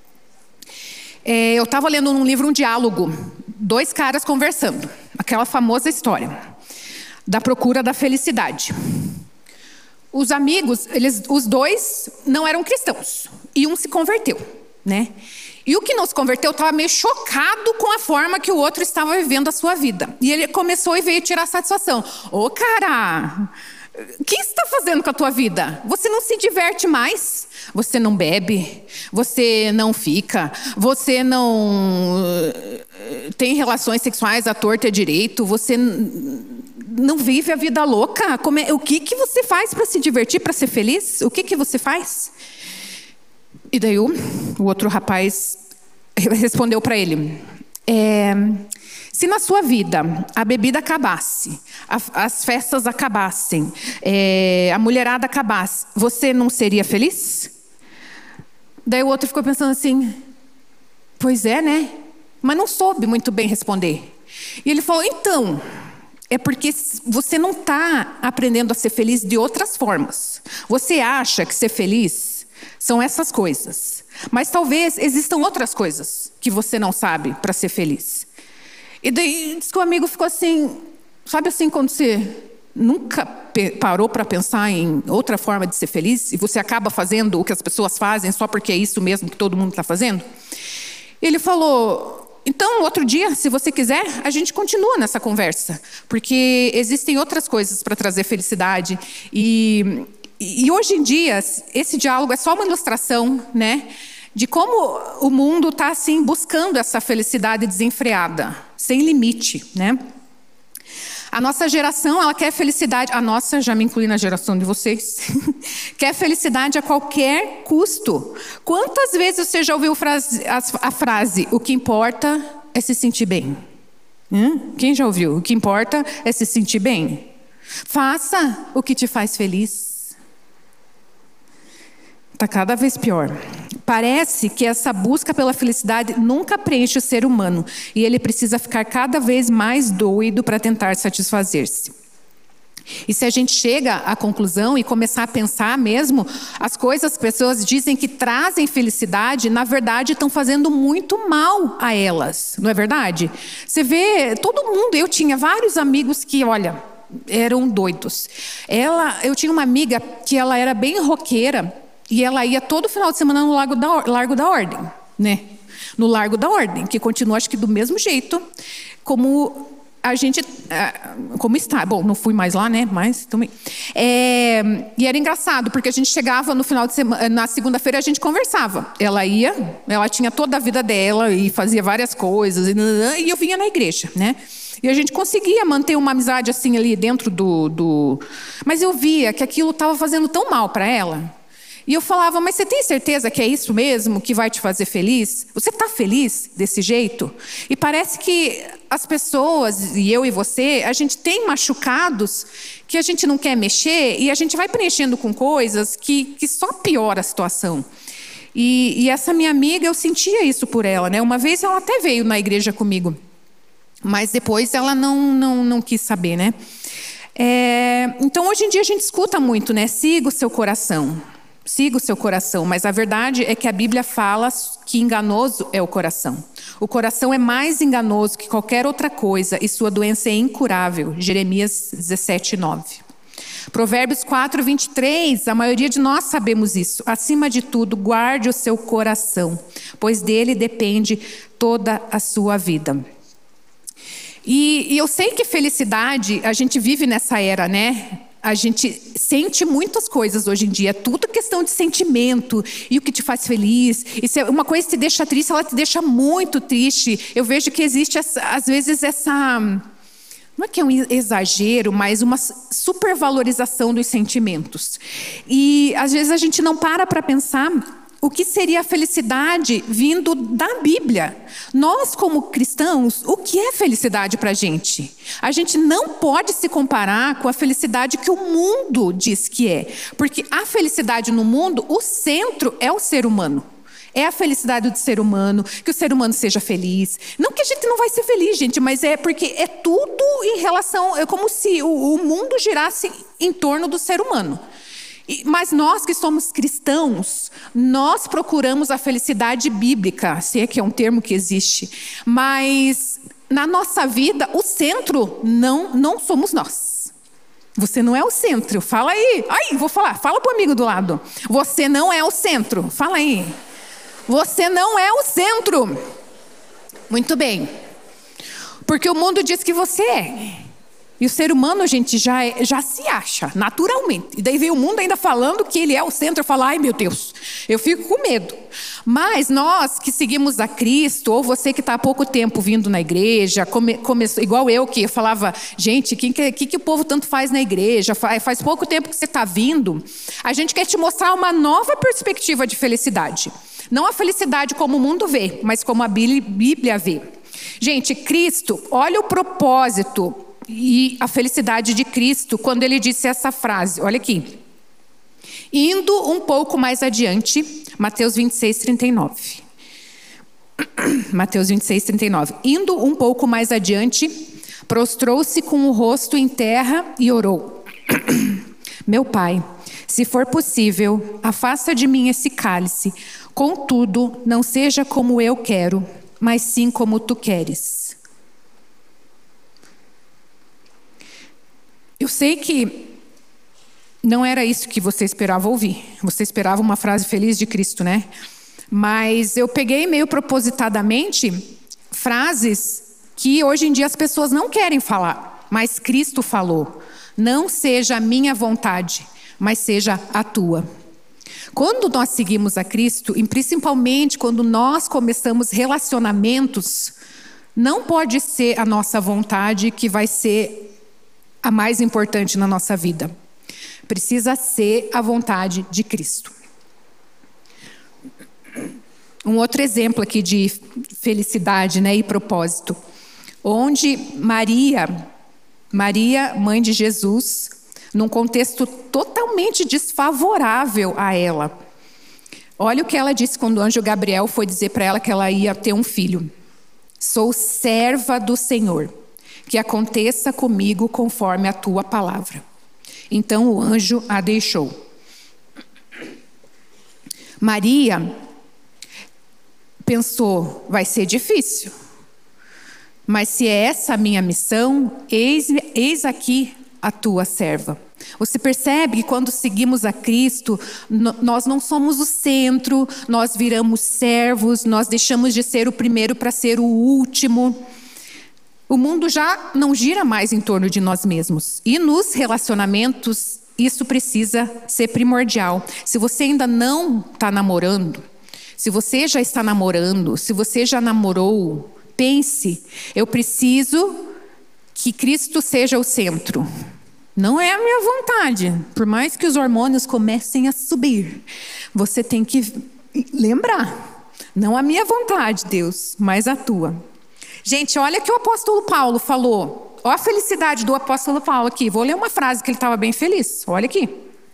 É, eu estava lendo num livro um diálogo, dois caras conversando, aquela famosa história da procura da felicidade. Os amigos, eles, os dois não eram cristãos e um se converteu. Né? E o que não se converteu estava meio chocado com a forma que o outro estava vivendo a sua vida. E ele começou e veio tirar satisfação. Ô, cara, o que você está fazendo com a tua vida? Você não se diverte mais? Você não bebe? Você não fica? Você não tem relações sexuais à torta e à direito? Você não vive a vida louca? Como é, o que, que você faz para se divertir, para ser feliz? O que, que você faz? E daí o, o outro rapaz respondeu para ele, é, se na sua vida a bebida acabasse, a, as festas acabassem, é, a mulherada acabasse, você não seria feliz? Daí o outro ficou pensando assim, pois é, né? Mas não soube muito bem responder. E ele falou, então, é porque você não está aprendendo a ser feliz de outras formas. Você acha que ser feliz são essas coisas. Mas talvez existam outras coisas que você não sabe para ser feliz. E daí diz que o amigo ficou assim, sabe assim, quando você nunca parou para pensar em outra forma de ser feliz e você acaba fazendo o que as pessoas fazem só porque é isso mesmo que todo mundo está fazendo? Ele falou, então, outro dia, se você quiser, a gente continua nessa conversa, porque existem outras coisas para trazer felicidade. E, e hoje em dia, esse diálogo é só uma ilustração, né, de como o mundo está assim, buscando essa felicidade desenfreada, sem limite, né? A nossa geração, ela quer felicidade, a nossa, já me inclui na geração de vocês, quer felicidade a qualquer custo. Quantas vezes você já ouviu frase, a, a frase, o que importa é se sentir bem? Hum? Quem já ouviu? O que importa é se sentir bem. Faça o que te faz feliz. Está cada vez pior. Parece que essa busca pela felicidade nunca preenche o ser humano e ele precisa ficar cada vez mais doido para tentar satisfazer-se. E se a gente chega à conclusão e começar a pensar mesmo, as coisas que as pessoas dizem que trazem felicidade, na verdade estão fazendo muito mal a elas, não é verdade? Você vê, todo mundo, eu tinha vários amigos que, olha, eram doidos. Ela, eu tinha uma amiga que ela era bem roqueira, e ela ia todo final de semana no Largo da, Largo da Ordem, né? No Largo da Ordem, que continua, acho que do mesmo jeito, como a gente, como está. Bom, não fui mais lá, né? Mas também. É, e era engraçado, porque a gente chegava no final de semana, na segunda-feira a gente conversava. Ela ia, ela tinha toda a vida dela e fazia várias coisas, e eu vinha na igreja, né? E a gente conseguia manter uma amizade assim ali dentro do... do... Mas eu via que aquilo estava fazendo tão mal para ela. E eu falava, mas você tem certeza que é isso mesmo que vai te fazer feliz? Você está feliz desse jeito? E parece que as pessoas, e eu e você, a gente tem machucados que a gente não quer mexer e a gente vai preenchendo com coisas que, que só piora a situação. E, e essa minha amiga, eu sentia isso por ela, né? Uma vez ela até veio na igreja comigo, mas depois ela não, não, não quis saber, né? É, então, hoje em dia a gente escuta muito, né? Siga o seu coração. Siga o seu coração, mas a verdade é que a Bíblia fala que enganoso é o coração. O coração é mais enganoso que qualquer outra coisa e sua doença é incurável. Jeremias dezessete, nove. Provérbios quatro, vinte e três, a maioria de nós sabemos isso. Acima de tudo, guarde o seu coração, pois dele depende toda a sua vida. E, e eu sei que felicidade, a gente vive nessa era, né? A gente sente muitas coisas hoje em dia, tudo questão de sentimento e o que te faz feliz. E se uma coisa te deixa triste, ela te deixa muito triste. Eu vejo que existe, essa, às vezes, essa... Não é que é um exagero, mas uma supervalorização dos sentimentos. E, às vezes, a gente não para para pensar o que seria a felicidade vindo da Bíblia. Nós, como cristãos, o que é felicidade para a gente? A gente não pode se comparar com a felicidade que o mundo diz que é. Porque a felicidade no mundo, o centro é o ser humano. É a felicidade do ser humano, que o ser humano seja feliz. Não que a gente não vai ser feliz, gente, mas é porque é tudo em relação... É como se o, o mundo girasse em torno do ser humano. Mas nós que somos cristãos, nós procuramos a felicidade bíblica, se é que é um termo que existe. Mas na nossa vida, o centro não, não somos nós. Você não é o centro, fala aí. Ai, vou falar, fala para o amigo do lado. Você não é o centro, fala aí. Você não é o centro. Muito bem. Porque o mundo diz que você é. E o ser humano, gente, já, é, já se acha, naturalmente. E daí vem o mundo ainda falando que ele é o centro. Eu falo, ai meu Deus, eu fico com medo. Mas nós que seguimos a Cristo, ou você que está há pouco tempo vindo na igreja, come, começou, igual eu que eu falava, gente, o que, que, que o povo tanto faz na igreja? Faz, faz pouco tempo que você está vindo. A gente quer te mostrar uma nova perspectiva de felicidade. Não a felicidade como o mundo vê, mas como a Bíblia vê. Gente, Cristo, olha o propósito e a felicidade de Cristo quando ele disse essa frase, olha aqui. Indo um pouco mais adiante, Mateus vinte e seis, trinta e nove. Mateus vinte e seis, trinta e nove. Indo um pouco mais adiante, Prostrou-se com o rosto em terra e orou: Meu pai, se for possível, afasta de mim esse cálice. Contudo, não seja como eu quero, mas sim como tu queres. Eu sei que não era isso que você esperava ouvir. Você esperava uma frase feliz de Cristo, né? Mas eu peguei meio propositadamente frases que hoje em dia as pessoas não querem falar, mas Cristo falou: não seja a minha vontade, mas seja a tua. Quando nós seguimos a Cristo, e principalmente quando nós começamos relacionamentos, não pode ser a nossa vontade que vai ser a mais importante na nossa vida. Precisa ser a vontade de Cristo. Um outro exemplo aqui de felicidade, né, e propósito. Onde Maria, Maria, mãe de Jesus, num contexto totalmente desfavorável a ela. Olha o que ela disse quando o anjo Gabriel foi dizer para ela que ela ia ter um filho. Sou serva do Senhor, que aconteça comigo conforme a tua palavra. Então o anjo a deixou. Maria pensou: vai ser difícil. Mas se é essa a minha missão, eis, eis aqui a tua serva. Você percebe que quando seguimos a Cristo, nós não somos o centro, nós viramos servos, nós deixamos de ser o primeiro para ser o último. O mundo já não gira mais em torno de nós mesmos. E nos relacionamentos, isso precisa ser primordial. Se você ainda não está namorando, se você já está namorando, se você já namorou, pense: eu preciso que Cristo seja o centro. Não é a minha vontade. Por mais que os hormônios comecem a subir, você tem que lembrar: não a minha vontade, Deus, mas a tua. Gente, olha que o apóstolo Paulo falou. Olha a felicidade do apóstolo Paulo aqui. Vou ler uma frase que ele estava bem feliz. Olha aqui.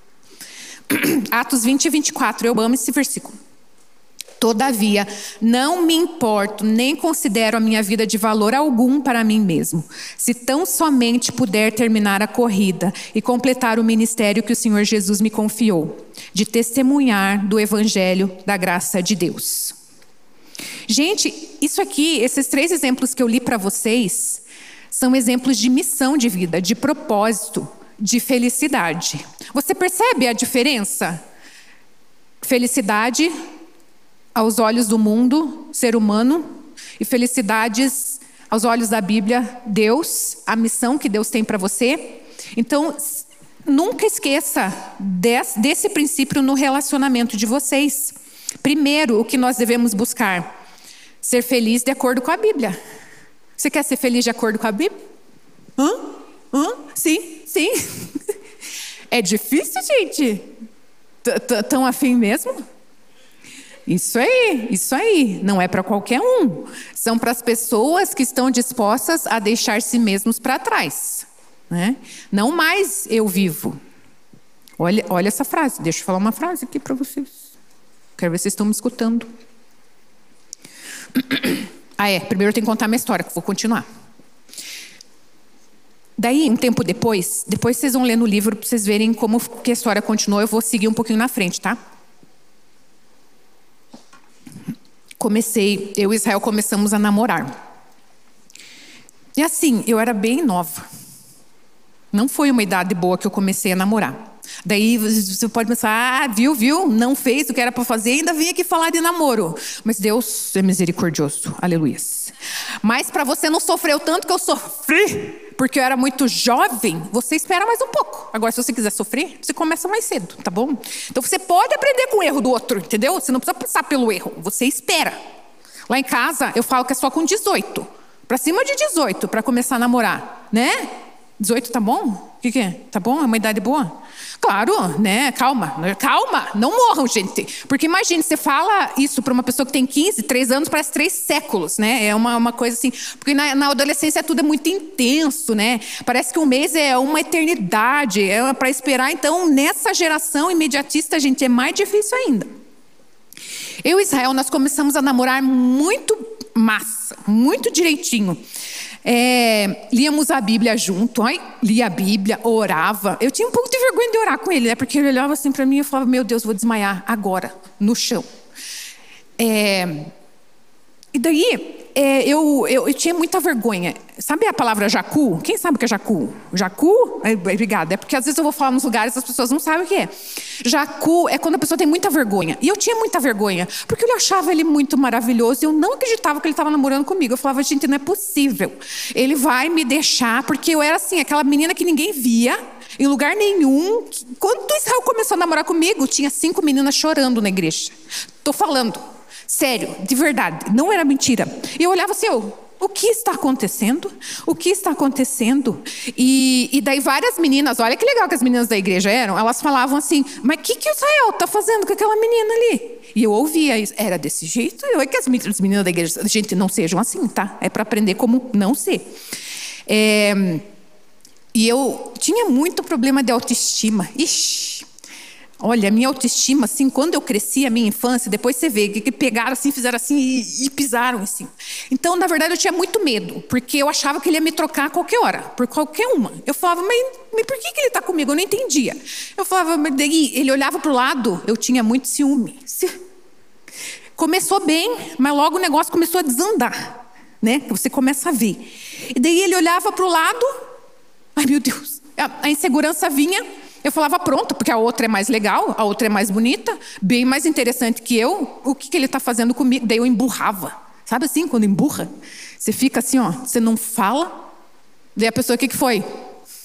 Atos vinte e vinte e quatro. Eu amo esse versículo. Todavia, não me importo, nem considero a minha vida de valor algum para mim mesmo, se tão somente puder terminar a corrida e completar o ministério que o Senhor Jesus me confiou, de testemunhar do evangelho da graça de Deus. Gente, isso aqui, esses três exemplos que eu li para vocês, são exemplos de missão de vida, de propósito, de felicidade. Você percebe a diferença? Felicidade aos olhos do mundo, ser humano, e felicidades aos olhos da Bíblia, Deus, a missão que Deus tem para você. Então, nunca esqueça desse, desse princípio no relacionamento de vocês. Primeiro, o que nós devemos buscar? Ser feliz de acordo com a Bíblia. Você quer ser feliz de acordo com a Bíblia? Hã? Hã? Sim, sim. É difícil, gente? Tão afim mesmo? Isso aí, isso aí. Não é para qualquer um. São para as pessoas que estão dispostas a deixar si mesmos para trás, né? Não mais eu vivo. Olha, olha essa frase. Deixa eu falar uma frase aqui para vocês. Quero ver se vocês estão me escutando. Ah, é. Primeiro eu tenho que contar minha história, que vou continuar. Daí, um tempo depois, depois vocês vão ler no livro para vocês verem como que a história continuou. Eu vou seguir um pouquinho na frente, tá? Comecei, eu e Israel começamos a namorar. E assim, eu era bem nova. Não foi uma idade boa que eu comecei a namorar. Daí você pode pensar: ah, viu, viu, não fez o que era para fazer, ainda vim aqui falar de namoro. Mas Deus é misericordioso, aleluia. Mas para você não sofrer o tanto que eu sofri, porque eu era muito jovem, você espera mais um pouco. Agora, se você quiser sofrer, você começa mais cedo, tá bom? Então você pode aprender com o erro do outro, entendeu? Você não precisa passar pelo erro, você espera. Lá em casa, eu falo que é só com dezoito. Para cima de dezoito, para começar a namorar, né? dezoito tá bom? O que, que é? Tá bom? É uma idade boa? Claro, né? Calma, calma, não morram, gente. Porque imagine, você fala isso para uma pessoa que tem quinze, três anos, parece três séculos, né? É uma, uma coisa assim, porque na, na adolescência tudo é muito intenso, né? Parece que um mês é uma eternidade, é para esperar. Então, nessa geração imediatista, gente, é mais difícil ainda. Eu e Israel, nós começamos a namorar muito massa, muito direitinho. É, líamos a Bíblia junto, ai, lia a Bíblia, orava. Eu tinha um pouco de vergonha de orar com ele, né? Porque ele olhava assim para mim e eu falava, meu Deus, vou desmaiar agora, no chão. É, e daí, é, eu, eu, eu tinha muita vergonha. Sabe a palavra jacu? Quem sabe o que é jacu? Jacu? É, obrigada. É porque às vezes eu vou falar nos lugares e as pessoas não sabem o que é. Jacu é quando a pessoa tem muita vergonha. E eu tinha muita vergonha, porque eu achava ele muito maravilhoso e eu não acreditava que ele estava namorando comigo. Eu falava, gente, não é possível. Ele vai me deixar, porque eu era assim, aquela menina que ninguém via, em lugar nenhum. Quando o Israel começou a namorar comigo, tinha cinco meninas chorando na igreja. Tô falando. Sério, de verdade, não era mentira. E eu olhava assim, eu, o que está acontecendo? O que está acontecendo? E, e daí várias meninas, olha que legal que as meninas da igreja eram, elas falavam assim, mas o que, que o Israel está fazendo com aquela menina ali? E eu ouvia isso, era desse jeito? Eu, é que as meninas da igreja, gente, não sejam assim, tá? É para aprender como não ser. É, e eu tinha muito problema de autoestima. Ixi! Olha, a minha autoestima, assim, quando eu cresci, a minha infância, depois você vê que pegaram assim, fizeram assim e, e pisaram assim. Então, na verdade, eu tinha muito medo, porque eu achava que ele ia me trocar a qualquer hora, por qualquer uma. Eu falava, mas, mas por que, que ele está comigo? Eu não entendia. Eu falava, mas daí ele olhava para o lado, eu tinha muito ciúme. Começou bem, mas logo o negócio começou a desandar, né? Você começa a ver. E daí ele olhava para o lado, ai meu Deus, a, a insegurança vinha. Eu falava, pronto, porque a outra é mais legal, a outra é mais bonita, bem mais interessante que eu. O que, que ele está fazendo comigo? Daí eu emburrava. Sabe assim, quando emburra? Você fica assim, ó, você não fala. Daí a pessoa, o que, que foi? O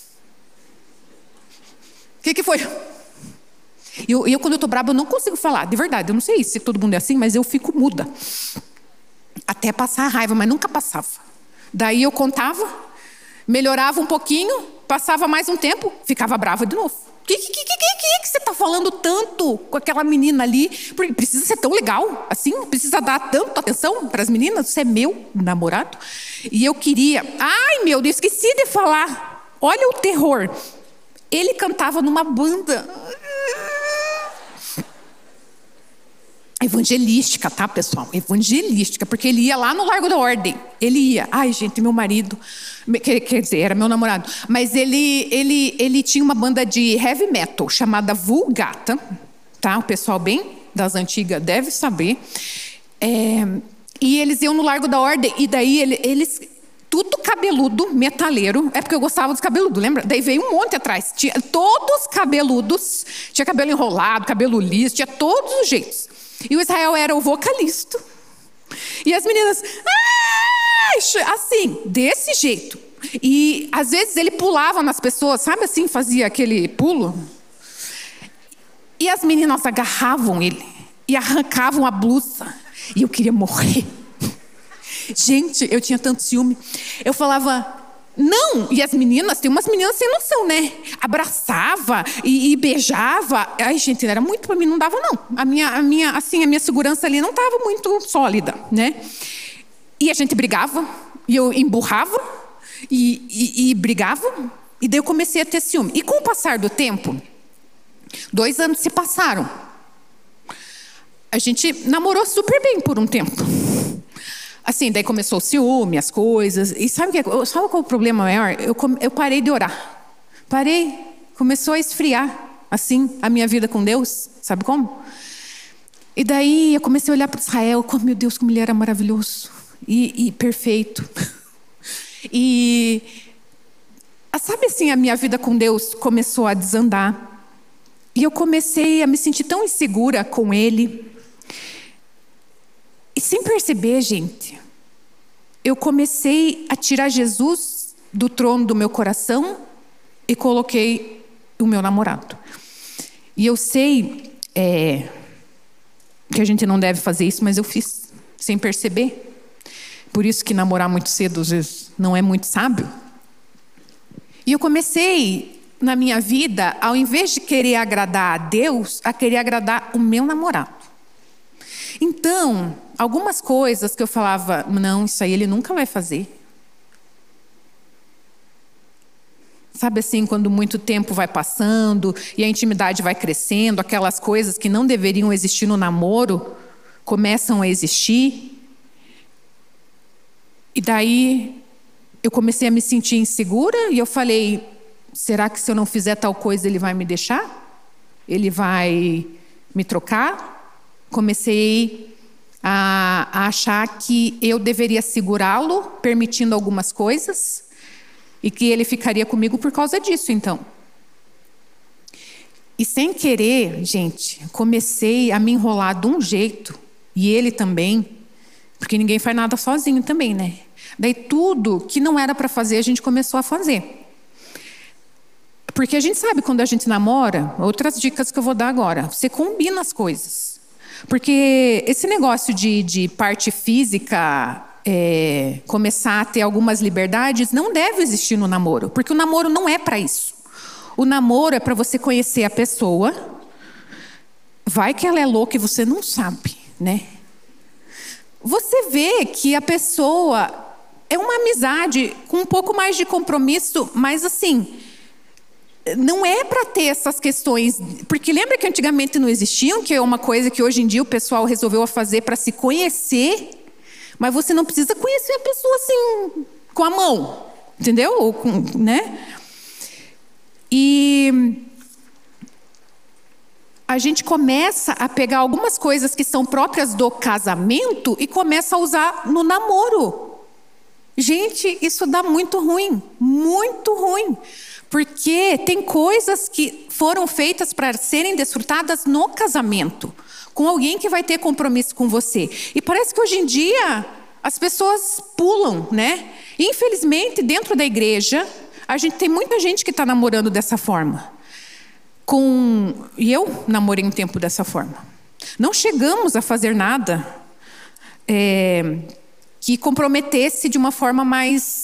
que, que foi? E eu, eu, quando eu estou brava, eu não consigo falar. De verdade, eu não sei se todo mundo é assim, mas eu fico muda. Até passar a raiva, mas nunca passava. Daí eu contava, melhorava um pouquinho, passava mais um tempo, ficava brava de novo. O que, que, que, que, que, que você está falando tanto com aquela menina ali? Porque precisa ser tão legal assim? Precisa dar tanta atenção para as meninas? Você é meu namorado? E eu queria... Ai, meu Deus, esqueci de falar. Olha o terror. Ele cantava numa banda... evangelística, tá, pessoal? Evangelística, porque ele ia lá no Largo da Ordem. Ele ia. Ai, gente, meu marido... Quer, quer dizer, era meu namorado. Mas ele, ele, ele tinha uma banda de heavy metal chamada Vulgata. Tá? O pessoal bem das antigas deve saber. É, e eles iam no Largo da Ordem. E daí ele, eles... Tudo cabeludo, metaleiro. É porque eu gostava dos cabeludos, lembra? Daí veio um monte atrás. Tinha todos cabeludos. Tinha cabelo enrolado, cabelo liso. Tinha todos os jeitos. E o Israel era o vocalista. E as meninas, ah! assim, desse jeito. E às vezes ele pulava nas pessoas, sabe assim, fazia aquele pulo. E as meninas agarravam ele e arrancavam a blusa. E eu queria morrer. Gente, eu tinha tanto ciúme. Eu falava... Não, e as meninas, tem umas meninas sem noção, né? Abraçava e, e beijava. Ai, gente, era muito para mim, não dava não. A minha, a minha, assim, a minha segurança ali não estava muito sólida, né? E a gente brigava, e eu emburrava, e, e, e brigava, e daí eu comecei a ter ciúme. E com o passar do tempo, dois anos se passaram. A gente namorou super bem por um tempo. Assim, daí começou o ciúme, as coisas. E sabe, que, sabe qual é o problema maior? Eu, eu parei de orar. Parei. Começou a esfriar, assim, a minha vida com Deus. Sabe como? E daí eu comecei a olhar para Israel. Como, meu Deus, como ele era maravilhoso. E, e perfeito. E... Sabe assim, a minha vida com Deus começou a desandar. E eu comecei a me sentir tão insegura com Ele. E sem perceber, gente, eu comecei a tirar Jesus do trono do meu coração e coloquei o meu namorado. E eu sei é, que a gente não deve fazer isso, mas eu fiz, sem perceber. Por isso que namorar muito cedo, às vezes, não é muito sábio. E eu comecei, na minha vida, ao invés de querer agradar a Deus, a querer agradar o meu namorado. Então, algumas coisas que eu falava, não, isso aí ele nunca vai fazer. Sabe assim, quando muito tempo vai passando e a intimidade vai crescendo, aquelas coisas que não deveriam existir no namoro, começam a existir. E daí, eu comecei a me sentir insegura e eu falei, será que se eu não fizer tal coisa ele vai me deixar? Ele vai me trocar? Comecei a, a achar que eu deveria segurá-lo, permitindo algumas coisas, e que ele ficaria comigo por causa disso, então. E sem querer, gente, comecei a me enrolar de um jeito, e ele também, porque ninguém faz nada sozinho também, né? Daí tudo que não era para fazer, a gente começou a fazer. Porque a gente sabe quando a gente namora, outras dicas que eu vou dar agora, você combina as coisas. Porque esse negócio de, de parte física, é, começar a ter algumas liberdades, não deve existir no namoro. Porque o namoro não é para isso. O namoro é para você conhecer a pessoa. Vai que ela é louca e você não sabe, né? Você vê que a pessoa é uma amizade com um pouco mais de compromisso, mas assim, não é para ter essas questões, porque lembra que antigamente não existiam, que é uma coisa que hoje em dia o pessoal resolveu fazer para se conhecer, mas você não precisa conhecer a pessoa assim, com a mão, entendeu? Ou com, né? E a gente começa a pegar algumas coisas que são próprias do casamento e começa a usar no namoro. Gente, isso dá muito ruim, muito ruim. Porque tem coisas que foram feitas para serem desfrutadas no casamento, com alguém que vai ter compromisso com você. E parece que hoje em dia as pessoas pulam, né? Infelizmente, dentro da igreja, a gente tem muita gente que está namorando dessa forma. Com... E eu namorei um tempo dessa forma. Não chegamos a fazer nada é, que comprometesse de uma forma mais...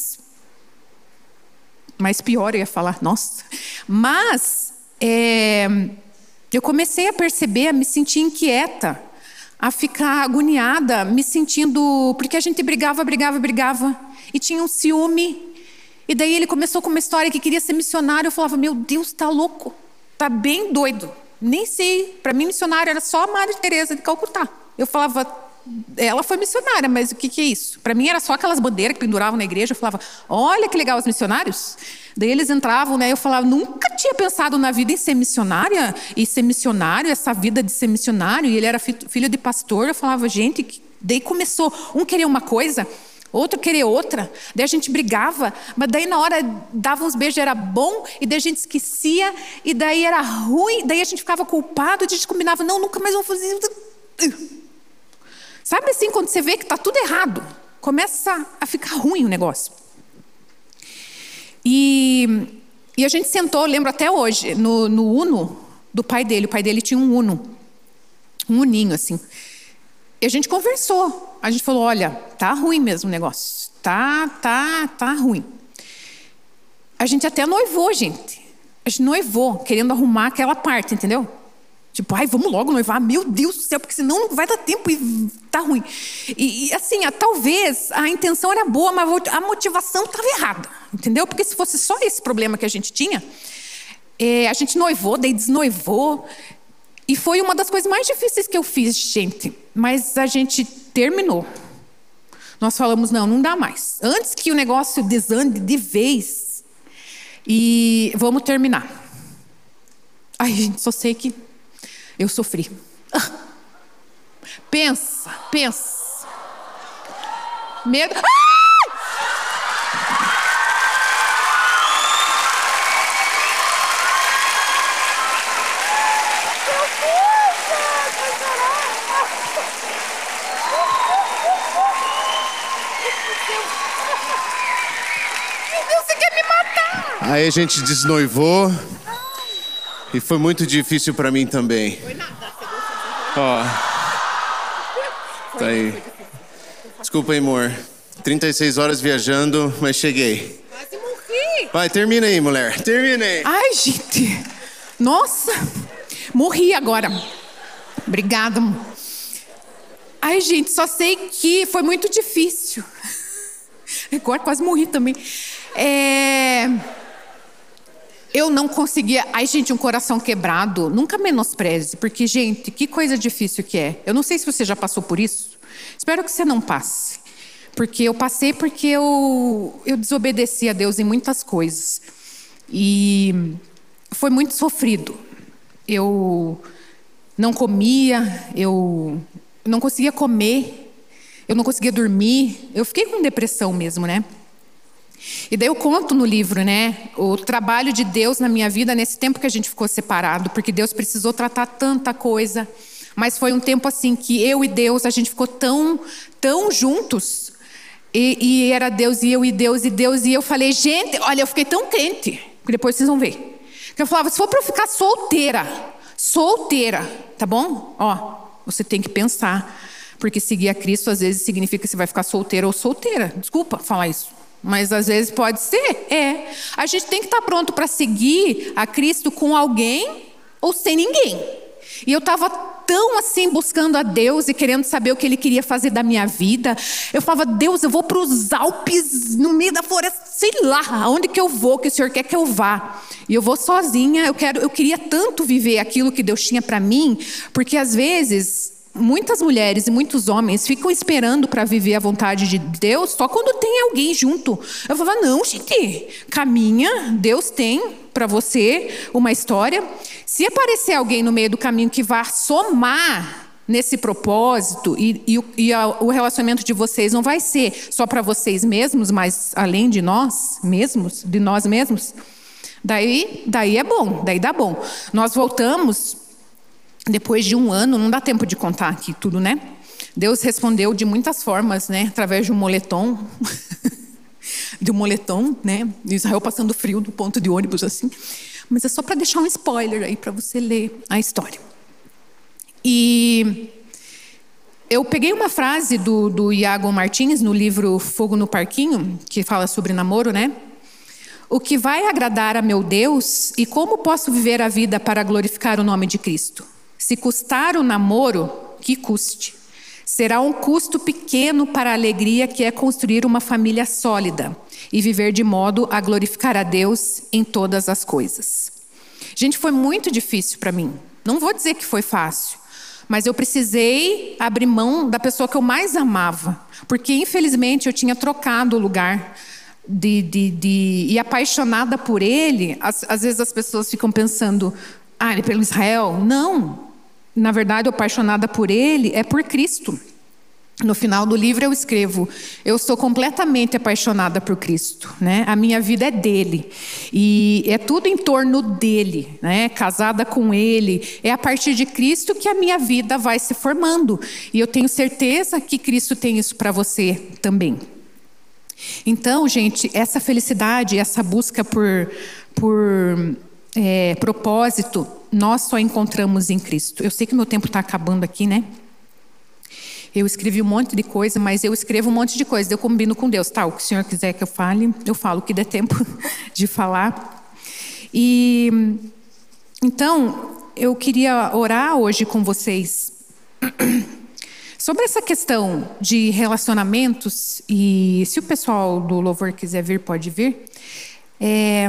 mais pior, eu ia falar, nossa. Mas é, eu comecei a perceber, a me sentir inquieta, a ficar agoniada, me sentindo... Porque a gente brigava, brigava, brigava, e tinha um ciúme. E daí ele começou com uma história que queria ser missionário. Eu falava, meu Deus, tá louco, tá bem doido. Nem sei, para mim missionário era só a Madre Teresa de Calcutá. Eu falava... Ela foi missionária, mas o que, que é isso? Para mim era só aquelas bandeiras que penduravam na igreja. Eu falava, olha que legal os missionários. Daí eles entravam, né? Eu falava, nunca tinha pensado na vida em ser missionária. E ser missionário, essa vida de ser missionário. E ele era filho de pastor. Eu falava, gente... Daí começou, um queria uma coisa, outro queria outra. Daí a gente brigava, mas daí na hora dava uns beijos, era bom. E daí a gente esquecia, e daí era ruim. Daí a gente ficava culpado, a gente combinava, não, nunca mais vou fazer isso. Sabe assim, quando você vê que está tudo errado, começa a ficar ruim o negócio. E, e a gente sentou, lembro até hoje, no, no Uno do pai dele. O pai dele tinha um Uno, um Uninho assim. E a gente conversou. A gente falou, olha, tá ruim mesmo o negócio. Tá, tá, tá ruim. A gente até noivou, gente. A gente noivou, querendo arrumar aquela parte, entendeu? Tipo, ai, vamos logo noivar, meu Deus do céu, porque senão não vai dar tempo e tá ruim. E, e assim, a, talvez a intenção era boa, mas a motivação estava errada, entendeu? Porque se fosse só esse problema que a gente tinha, é, a gente noivou, daí desnoivou, e foi uma das coisas mais difíceis que eu fiz, gente. Mas a gente terminou. Nós falamos, não, não dá mais. Antes que o negócio desande de vez, e vamos terminar. Ai, gente, só sei que eu sofri. Ah. Pensa, pensa. Medo. Ah! Meu Deus, você quer me matar? Aí a gente desnoivou. E foi muito difícil para mim também. Foi nada. Ó. Tá aí. Desculpa aí, amor. trinta e seis horas viajando, mas cheguei. Quase morri. Vai, termina aí, mulher. Termina aí. Ai, gente. Nossa. Morri agora. Obrigada. Ai, gente, só sei que foi muito difícil. Agora quase morri também. É... Eu não conseguia... Ai, gente, um coração quebrado, nunca menospreze. Porque, gente, que coisa difícil que é. Eu não sei se você já passou por isso. Espero que você não passe. Porque eu passei porque eu, eu desobedeci a Deus em muitas coisas. E foi muito sofrido. Eu não comia, eu não conseguia comer, eu não conseguia dormir. Eu fiquei com depressão mesmo, né? E daí eu conto no livro, né, o trabalho de Deus na minha vida nesse tempo que a gente ficou separado, porque Deus precisou tratar tanta coisa, mas foi um tempo assim que eu e Deus, a gente ficou tão, tão juntos, e, e era Deus e eu e Deus e Deus, e eu falei, gente, olha, eu fiquei tão crente, que depois vocês vão ver, que eu falava, se for para eu ficar solteira, solteira, tá bom? Ó, você tem que pensar, porque seguir a Cristo às vezes significa que você vai ficar solteira ou solteira, desculpa falar isso. Mas às vezes pode ser, é. A gente tem que estar pronto para seguir a Cristo com alguém ou sem ninguém. E eu estava tão assim buscando a Deus e querendo saber o que Ele queria fazer da minha vida. Eu falava, Deus, eu vou para os Alpes, no meio da floresta, sei lá, aonde que eu vou, que o Senhor quer que eu vá. E eu vou sozinha, eu, quero, eu queria tanto viver aquilo que Deus tinha para mim, porque às vezes muitas mulheres e muitos homens ficam esperando para viver a vontade de Deus só quando tem alguém junto. Eu falava, não, gente, caminha, Deus tem para você uma história. Se aparecer alguém no meio do caminho que vá somar nesse propósito, e, e, e a, o relacionamento de vocês não vai ser só para vocês mesmos, mas além de nós mesmos, de nós mesmos, daí, daí é bom, daí dá bom. Nós voltamos depois de um ano, não dá tempo de contar aqui tudo, né? Deus respondeu de muitas formas, né? Através de um moletom, de um moletom, né? Israel passando frio do ponto de ônibus, assim. Mas é só para deixar um spoiler aí para você ler a história. E eu peguei uma frase do, do Iago Martins no livro Fogo no Parquinho, que fala sobre namoro, né? O que vai agradar a meu Deus e como posso viver a vida para glorificar o nome de Cristo? Se custar o namoro, que custe. Será um custo pequeno para a alegria que é construir uma família sólida e viver de modo a glorificar a Deus em todas as coisas. Gente, foi muito difícil para mim. Não vou dizer que foi fácil, mas eu precisei abrir mão da pessoa que eu mais amava, porque infelizmente eu tinha trocado o lugar de, de, de e apaixonada por ele. Às, às vezes as pessoas ficam pensando, ah, ele é pelo Israel? Não. Na verdade, apaixonada por ele é por Cristo. No final do livro eu escrevo, eu sou completamente apaixonada por Cristo, né? A minha vida é dele. E é tudo em torno dele, né? Casada com ele. É a partir de Cristo que a minha vida vai se formando. E eu tenho certeza que Cristo tem isso para você também. Então, gente, essa felicidade, essa busca por... por É, propósito, nós só encontramos em Cristo. Eu sei que meu tempo está acabando aqui, né? Eu escrevi um monte de coisa, mas eu escrevo um monte de coisa. Eu combino com Deus, tá? O que o Senhor quiser que eu fale, eu falo o que der tempo de falar. E então, eu queria orar hoje com vocês sobre essa questão de relacionamentos. E se o pessoal do louvor quiser vir, pode vir. É...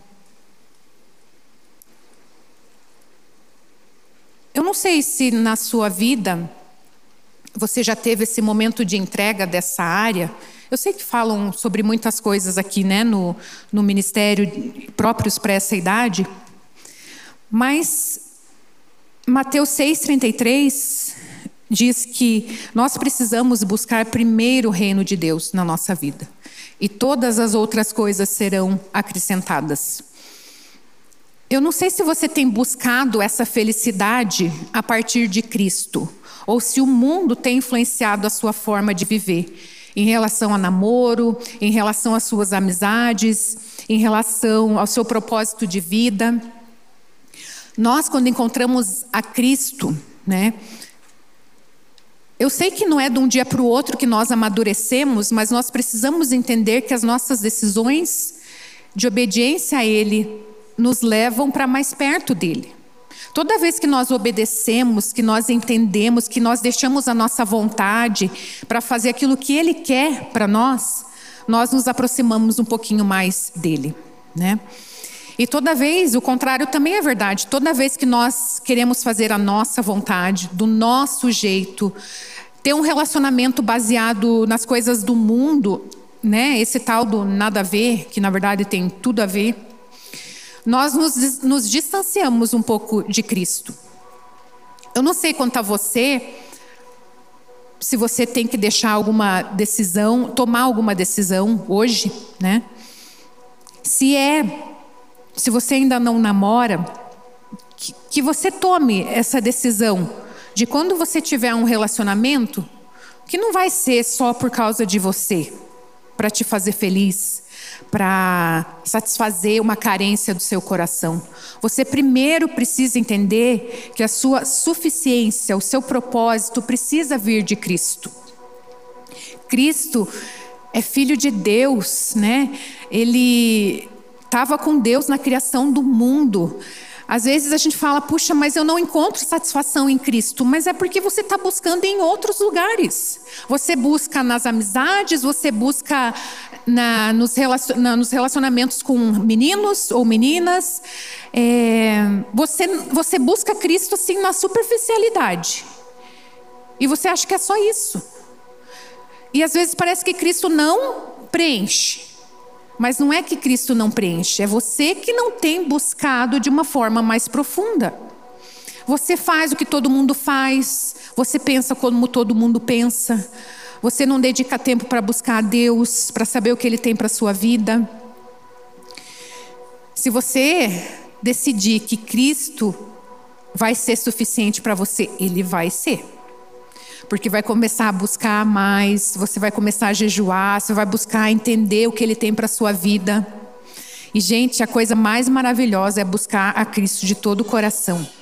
Eu não sei se na sua vida você já teve esse momento de entrega dessa área. Eu sei que falam sobre muitas coisas aqui, né, no, no ministério, próprios para essa idade. Mas Mateus seis, trinta e três diz que nós precisamos buscar primeiro o reino de Deus na nossa vida. E todas as outras coisas serão acrescentadas. Eu não sei se você tem buscado essa felicidade a partir de Cristo, ou se o mundo tem influenciado a sua forma de viver, em relação a namoro, em relação às suas amizades, em relação ao seu propósito de vida. Nós, quando encontramos a Cristo, né? Eu sei que não é de um dia para o outro que nós amadurecemos, mas nós precisamos entender que as nossas decisões de obediência a Ele nos levam para mais perto dele. Toda vez que nós obedecemos, que nós entendemos, que nós deixamos a nossa vontade para fazer aquilo que ele quer para nós, nós nos aproximamos um pouquinho mais dele, né? E toda vez, o contrário também é verdade. Toda vez que nós queremos fazer a nossa vontade, do nosso jeito, ter um relacionamento baseado nas coisas do mundo, né? Esse tal do nada a ver, que na verdade tem tudo a ver, nós nos, nos distanciamos um pouco de Cristo. Eu não sei quanto a você, se você tem que deixar alguma decisão, tomar alguma decisão hoje, né? Se é, se você ainda não namora, que, que você tome essa decisão de quando você tiver um relacionamento, que não vai ser só por causa de você, para te fazer feliz, para satisfazer uma carência do seu coração. Você primeiro precisa entender que a sua suficiência, o seu propósito precisa vir de Cristo. Cristo é filho de Deus, né? Ele estava com Deus na criação do mundo. Às vezes a gente fala, puxa, mas eu não encontro satisfação em Cristo. Mas é porque você está buscando em outros lugares. Você busca nas amizades, você busca na, nos, relacion, na, nos relacionamentos com meninos ou meninas. É, você, você busca Cristo assim na superficialidade. E você acha que é só isso. E às vezes parece que Cristo não preenche. Mas não é que Cristo não preenche, é você que não tem buscado de uma forma mais profunda. Você faz o que todo mundo faz, você pensa como todo mundo pensa, você não dedica tempo para buscar a Deus, para saber o que Ele tem para a sua vida. Se você decidir que Cristo vai ser suficiente para você, Ele vai ser. Porque vai começar a buscar mais, você vai começar a jejuar, você vai buscar entender o que Ele tem para a sua vida. E, gente, a coisa mais maravilhosa é buscar a Cristo de todo o coração.